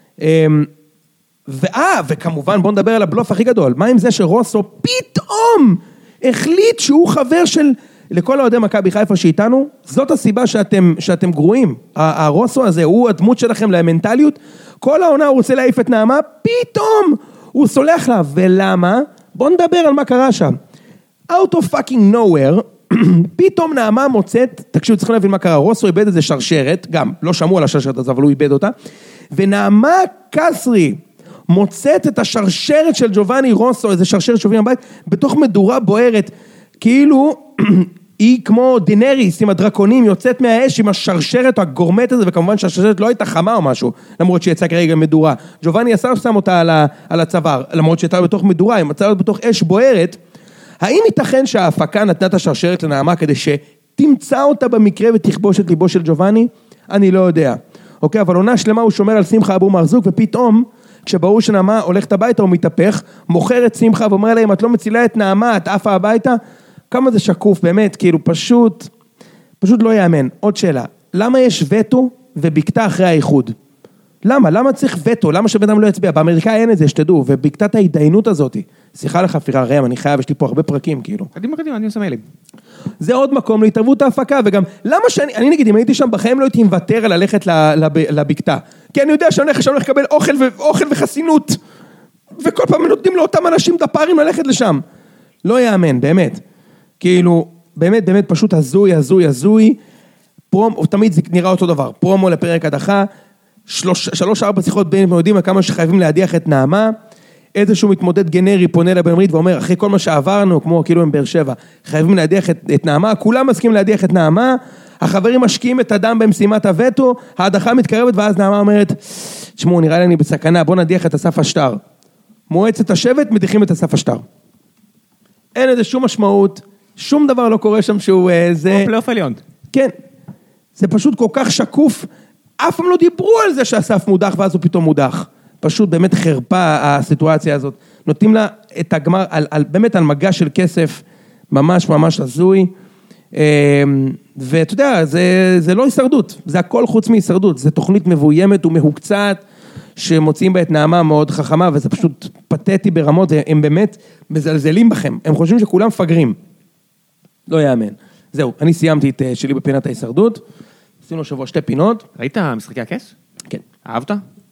ואה, וכמובן בוא נדבר על הבלוף הכי גדול, מה עם זה שרוסו פתאום החליט שהוא חבר של... לכל האוהדי מכבי חיפה שאיתנו, זאת הסיבה שאתם, שאתם גרועים. הרוסו הזה הוא הדמות שלכם למנטליות. כל העונה הוא רוצה להעיף את נעמה, פתאום הוא סולח לה. ולמה? בואו נדבר על מה קרה שם. Out of fucking nowhere, פתאום נעמה מוצאת, תקשיבו, צריכים להבין מה קרה, רוסו איבד איזה שרשרת, גם לא שמעו על השרשרת הזאת, אבל הוא איבד אותה, ונעמה קסרי מוצאת את השרשרת של ג'ובאני רוסו, איזה שרשרת שובים הבית, בתוך מדורה בוערת, כאילו היא כמו דינריס עם הדרקונים, יוצאת מהאש עם השרשרת הגורמת הזה, וכמובן שהשרשרת לא הייתה חמה או משהו, למרות שהיא יצאה כרגע מדורה. ג'ובאני ישר שם אותה על, ה, על הצוואר, למרות שהייתה בתוך מדורה, היא מצאה אותה בתוך אש בוערת. האם ייתכן שההפקה נתנה את השרשרת לנעמה כדי שתמצא אותה במקרה ותכבוש את ליבו של ג'ובאני? אני לא יודע. אוקיי, אבל עונה שלמה הוא שומר על שמחה אבו מרזוק, ופתאום, כשברור שנעמה הולכת הביתה הוא מתהפך, מוכר את שמחה ואומר לה, אם את לא מצילה את נעמה, את עפה הביתה, כמה זה שקוף, באמת, כאילו פשוט, פשוט לא יאמן. עוד שאלה, למה יש וטו ובקתה אחרי האיחוד? למה? למה צריך וטו? למה שבן אדם לא יצביע? באמריקאי אין את זה, שתדעו, ובקתת ההתדיינות הזאת, שיחה לך פירה רם, אני חייב, יש לי פה הרבה פרקים, כאילו. קדימה, קדימה, אני עושה מיילים. זה עוד מקום להתערבות ההפקה, וגם, למה שאני, אני נגיד, אם הייתי שם בחיים, לא הייתי מוותר ללכת לבקתה, כי אני יודע שאני הולך לקבל אוכל ואוכל וחסינות, וכל פעם נותנים לאותם אנשים דפרים ללכת לשם. לא יאמן, באמת. כאילו, באמת, באמת, פשוט הזוי, הזוי, הזוי, פרומו, תמיד זה נראה אותו דבר, פרומו לפרק הדחה, שלוש, שלוש, ארבע שיחות בין יודעים כמה שחייבים להדיח את נעמה, איזשהו מתמודד גנרי פונה לבן ברית ואומר, אחרי כל מה שעברנו, כמו כאילו עם באר שבע, חייבים להדיח את, את נעמה, כולם מסכים להדיח את נעמה, החברים משקיעים את הדם במשימת הווטו, ההדחה מתקרבת ואז נעמה אומרת, תשמעו, נראה לי אני בסכנה, בוא נדיח את אסף השטר. מועצת השבט, מדיחים את אסף השטר. אין איזה שום משמעות, שום דבר לא קורה שם שהוא זה... או פלייאוף עליון. כן. זה פשוט כל כך שקוף, אף פעם לא דיברו על זה שאסף מודח ואז הוא פתאום מודח. פשוט באמת חרפה הסיטואציה הזאת. נותנים לה את הגמר, על, על, באמת על מגע של כסף, ממש ממש הזוי. ואתה יודע, זה, זה לא הישרדות, זה הכל חוץ מהישרדות, זה תוכנית מבוימת ומהוקצעת, שמוצאים בה את נעמה מאוד חכמה, וזה פשוט פתטי ברמות, הם באמת מזלזלים בכם, הם חושבים שכולם פגרים. לא יאמן. זהו, אני סיימתי את שלי בפינת ההישרדות, עשינו שבוע שתי פינות. ראית משחקי הכס? כן. אהבת?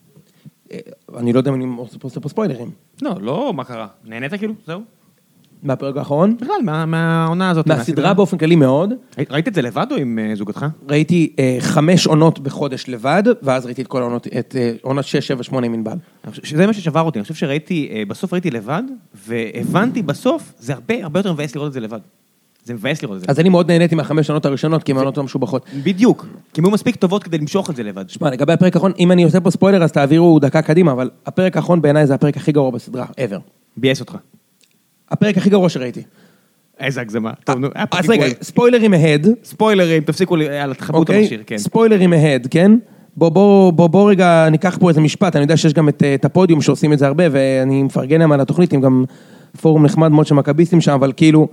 אני לא יודע אם אני עושה פה ספוילרים. לא, לא, מה קרה? נהנית כאילו? זהו? מהפרק האחרון? בכלל, מה- מהעונה הזאת. מהסדרה באופן כללי מאוד. ראית את זה לבד או עם אה, זוגתך? ראיתי אה, חמש עונות בחודש לבד, ואז ראיתי את כל העונות, את אה, עונות שש, שבע, שמונה עם ענבל. אני חושב שזה מה ששבר אותי, אני חושב שראיתי, אה, בסוף ראיתי לבד, והבנתי בסוף, זה הרבה, הרבה יותר מבאס לראות את זה לבד. זה מבאס לראות את זה. אז אני מאוד נהניתי מהחמש עונות הראשונות, כי הן העונות המשובחות. בדיוק, כי הם היו מספיק טובות כדי למשוך את זה לבד. שמע, לגבי הפרק האחרון, אם אני עושה פה ספוילר, אז תעבירו דקה קדימה, אבל הפרק האחרון בעיניי זה הפרק הכי גרוע בסדרה, ever. ביאס אותך. הפרק הכי גרוע שראיתי. איזה הגזמה. טוב, נו, היה פה אז רגע, גיבוי. ספוילרים ahead, ספוילרים, תפסיקו, לי- יאללה, תחברו את אוקיי? המכשיר, כן. ספוילרים ahead, כן? בוא, בוא, בוא, בוא רגע ניקח פה איזה משפט, אני יודע שיש גם את, את הפודיום שעושים את זה הרבה, ואני מפרגן להם על התוכנית, עם גם פורום נחמד מאוד של מכביסטים שם, אבל כאילו,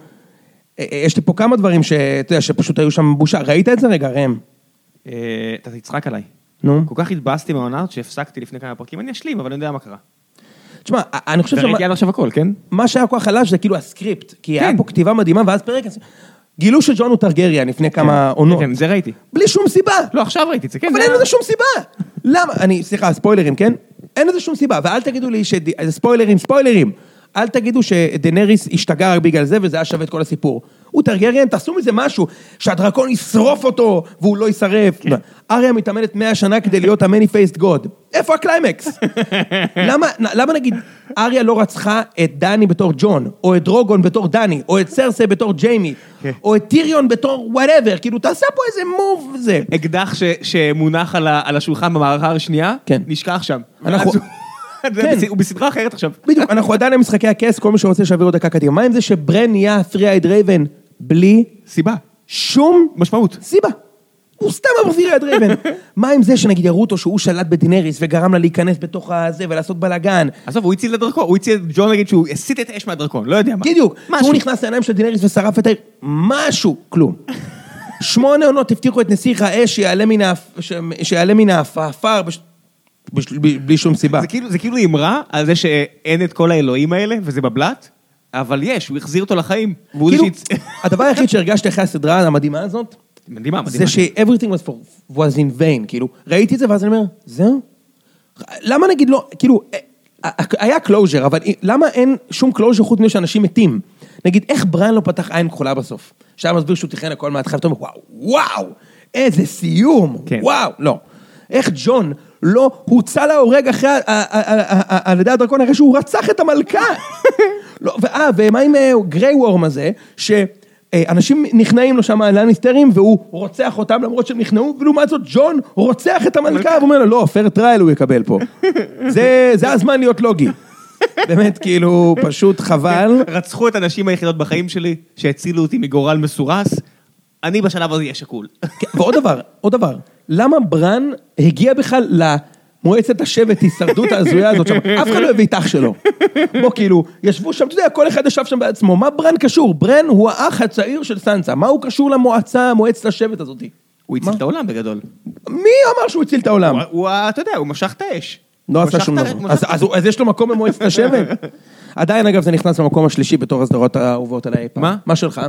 יש לי פה כמה דברים שאתה יודע, שפשוט היו שם בושה. ראית את זה רגע, ראם? אה, אתה תצחק עליי. נו. כל כך התבאסתי מהעונה שהפסקתי לפני כמה פרקים, אני אשלים, אבל אני יודע מה קרה. תשמע, אני חושב וראיתי עד עכשיו הכל, כן? מה שהיה כל כך חלש זה כאילו הסקריפט, כי היה כן. פה כתיבה מדהימה, ואז פרק, גילו שג'ון הוא טרגריאן לפני כמה עונות. כן, זה ראיתי. בלי שום סיבה. לא, עכשיו ראיתי את זה, כן. אבל זה אין היה- לזה שום סיבה. למה? אני, סליחה, ספוילרים, כן? אין לזה שום סיבה, ואל תגידו לי שזה ספוילרים, ספוילרים. אל תגידו שדנריס השתגע רק בגלל זה, וזה היה שווה את כל הסיפור. הוא טרגריאן, תעשו מזה משהו, שהדרקון ישרוף אותו, והוא לא ישרף. אריה מתאמנת מאה שנה כדי להיות המני-פייסט גוד. איפה הקליימקס? למה, למה נגיד, אריה לא רצחה את דני בתור ג'ון, או את דרוגון בתור דני, או את סרסי בתור ג'יימי, או את טיריון בתור whatever, כאילו תעשה פה איזה מוב וזה. אקדח ש- שמונח על ה- על השולחן במערכה השנייה, כן. נשכח שם. אנחנו- אז הוא- זה כן. בס- הוא בסדרה אחרת עכשיו. בדיוק, אנחנו עדיין במשחקי הכס, כל מי שרוצה שיעביר עוד דקה קדימה. מה עם זה שברן נהיה פרי-אייד רייבן בלי סיבה. שום משמעות. סיבה? הוא סתם אמר פרי-אייד רייבן. מה עם זה שנגיד יראו אותו שהוא שלט בדינריס וגרם לה להיכנס בתוך הזה ולעשות בלאגן? עזוב, הוא הציל את הדרקון, הוא הציל את ג'ון נגיד שהוא הסיט את האש מהדרקון, לא יודע מה. בדיוק, משהו. שהוא נכנס לעיניים של דינריס ושרף את העיר, משהו, כלום. שמונה עונות הבטיחו את נסיך האש שיעלה מן האפ- ש- שיעלה מן האפר בש- בש- בלי שום סיבה. זה כאילו, זה כאילו אמרה על זה שאין את כל האלוהים האלה, וזה בבלט, אבל יש, הוא החזיר אותו לחיים. והוא כאילו, זה שהצ- הדבר היחיד שהרגשתי אחרי הסדרה המדהימה הזאת, מדהימה, מדהימה. זה ש-everything was for, was in vain, כאילו, ראיתי את זה ואז אני אומר, זהו? למה נגיד לא, כאילו, היה closure, אבל למה אין שום closure חוץ מזה שאנשים מתים? נגיד, איך בריין לא פתח עין כחולה בסוף? שהיה מסביר שהוא תכנן הכל מההתחלה, ואתה אומר, וואו, וואו, איזה סיום, כן. וואו, לא. איך ג'ון לא הוצא להורג אחרי, על ידי הדרקון, אחרי שהוא רצח את המלכה? לא, ואה, ומה עם גריי וורם הזה, שאנשים נכנעים לו שם לניסטרים, והוא רוצח אותם למרות שהם נכנעו, ולעומת זאת ג'ון רוצח את המלכה, והוא אומר לו, לא, פייר טרייל הוא יקבל פה. זה, זה הזמן להיות לוגי. באמת, כאילו, פשוט חבל. רצחו את הנשים היחידות בחיים שלי, שהצילו אותי מגורל מסורס, אני בשלב הזה אהיה שקול. כן, ועוד דבר, עוד דבר, למה ברן הגיע בכלל למועצת השבט הישרדות ההזויה הזאת שם? אף אחד לא הביא את אח שלו. בוא, כאילו, ישבו שם, אתה יודע, כל אחד ישב שם בעצמו, מה ברן קשור? ברן הוא האח הצעיר של סנסה, מה הוא קשור למועצה, מועצת השבט הזאת? הוא הציל את העולם בגדול. מי אמר שהוא הציל את העולם? הוא- הוא, אתה יודע, הוא משך את האש. לא הוא עשה משך שום את ה- דבר. הוא אז- משך- אז הוא- אז יש לו מקום במועצת השבט? עדיין, אגב, זה נכנס למקום השלישי בתור הסדרות האהובות עליי פעם. מה? מה שלך?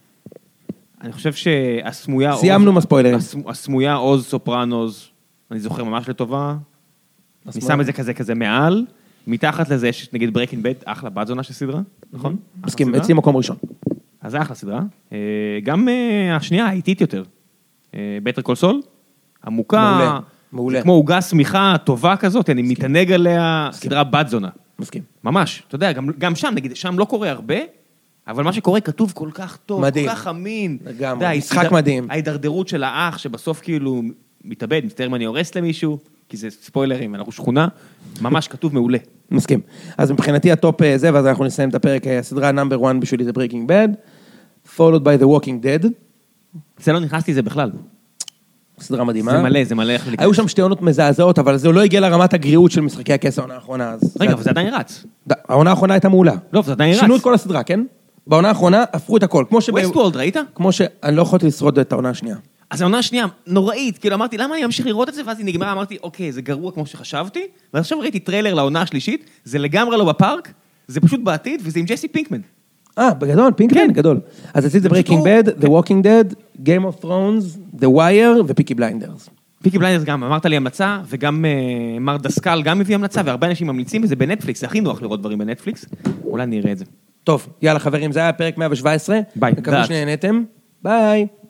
אני חושב שהסמויה... סיימנו עוז- עם הספוילרים. הסמ- הסמויה עוז סופרנוז, אני זוכר ממש לטובה. אני שם את זה כזה כזה מעל. מתחת לזה יש נגיד ברייקינג בד, אחלה בת זונה של סדרה, נכון? אחלה מסכים, סדרה. אצלי מקום ראשון. אז זה אחלה סדרה. אה, גם אה, השנייה האיטית יותר. בטר קול סול, עמוקה. מעולה, מעולה. זה כמו עוגה סמיכה טובה כזאת, אני מתענג עליה, סדרה בת זונה. מסכים. ממש, אתה יודע, גם, גם שם, נגיד, שם לא קורה הרבה, אבל מה שקורה כתוב כל כך טוב, מדהים. כל כך אמין. לגמרי, אתה יודע, משחק ההידר- מדהים. ההידרדרות של האח, שבסוף כאילו מתאבד, מצטער אם אני הורס למישהו, כי זה ספוילרים, אנחנו שכונה, ממש כתוב מעולה. מסכים. אז מבחינתי הטופ אה, זה, ואז אנחנו נסיים את הפרק, אה, הסדרה נאמבר וואן בשבילי זה Breaking Bad, followed by The Walking Dead, זה לא נכנסתי לזה בכלל. סדרה מדהימה. זה מלא, זה מלא איך היו שם שתי עונות מזעזעות, אבל זה לא הגיע לרמת הגריעות של משחקי הכס העונה האחרונה. אז- רגע, אבל זה עדיין רץ. ד- העונה האחרונה הייתה מעולה. לא, זה עדיין רץ. שינו את כל הסדרה, כן? בעונה האחרונה הפכו את הכל. ווסטוורלד, ראית? כמו שאני לא יכולתי לשרוד את העונה השנייה. אז העונה השנייה, נוראית, כאילו אמרתי, למה אני אמשיך לראות את זה? ואז היא נגמרה, אמרתי, אוקיי, זה גרוע כמו שחשבתי, ועכשיו ראיתי טריילר לעונה השלישית, זה לגמרי לא בפארק, זה פשוט בעתיד, וזה עם ג'סי פינקמן. אה, בגדול, פינקמן, גדול. אז עשית The Breaking Bad, The Walking Dead, Game of Thrones, The Wire ופיקי בליינדרס. פיקי בליינדרס גם, אמרת לי המלצה, וגם מר דסקל גם הביא המלצה, והרבה אנשים ממליצים, וזה בנטפליקס, זה הכי נוח לראות דברים בנטפליקס, אולי נראה את זה. טוב, יאללה חברים, זה היה פרק מאה שבע עשרה. ביי. מקווה שנהנתם. ביי.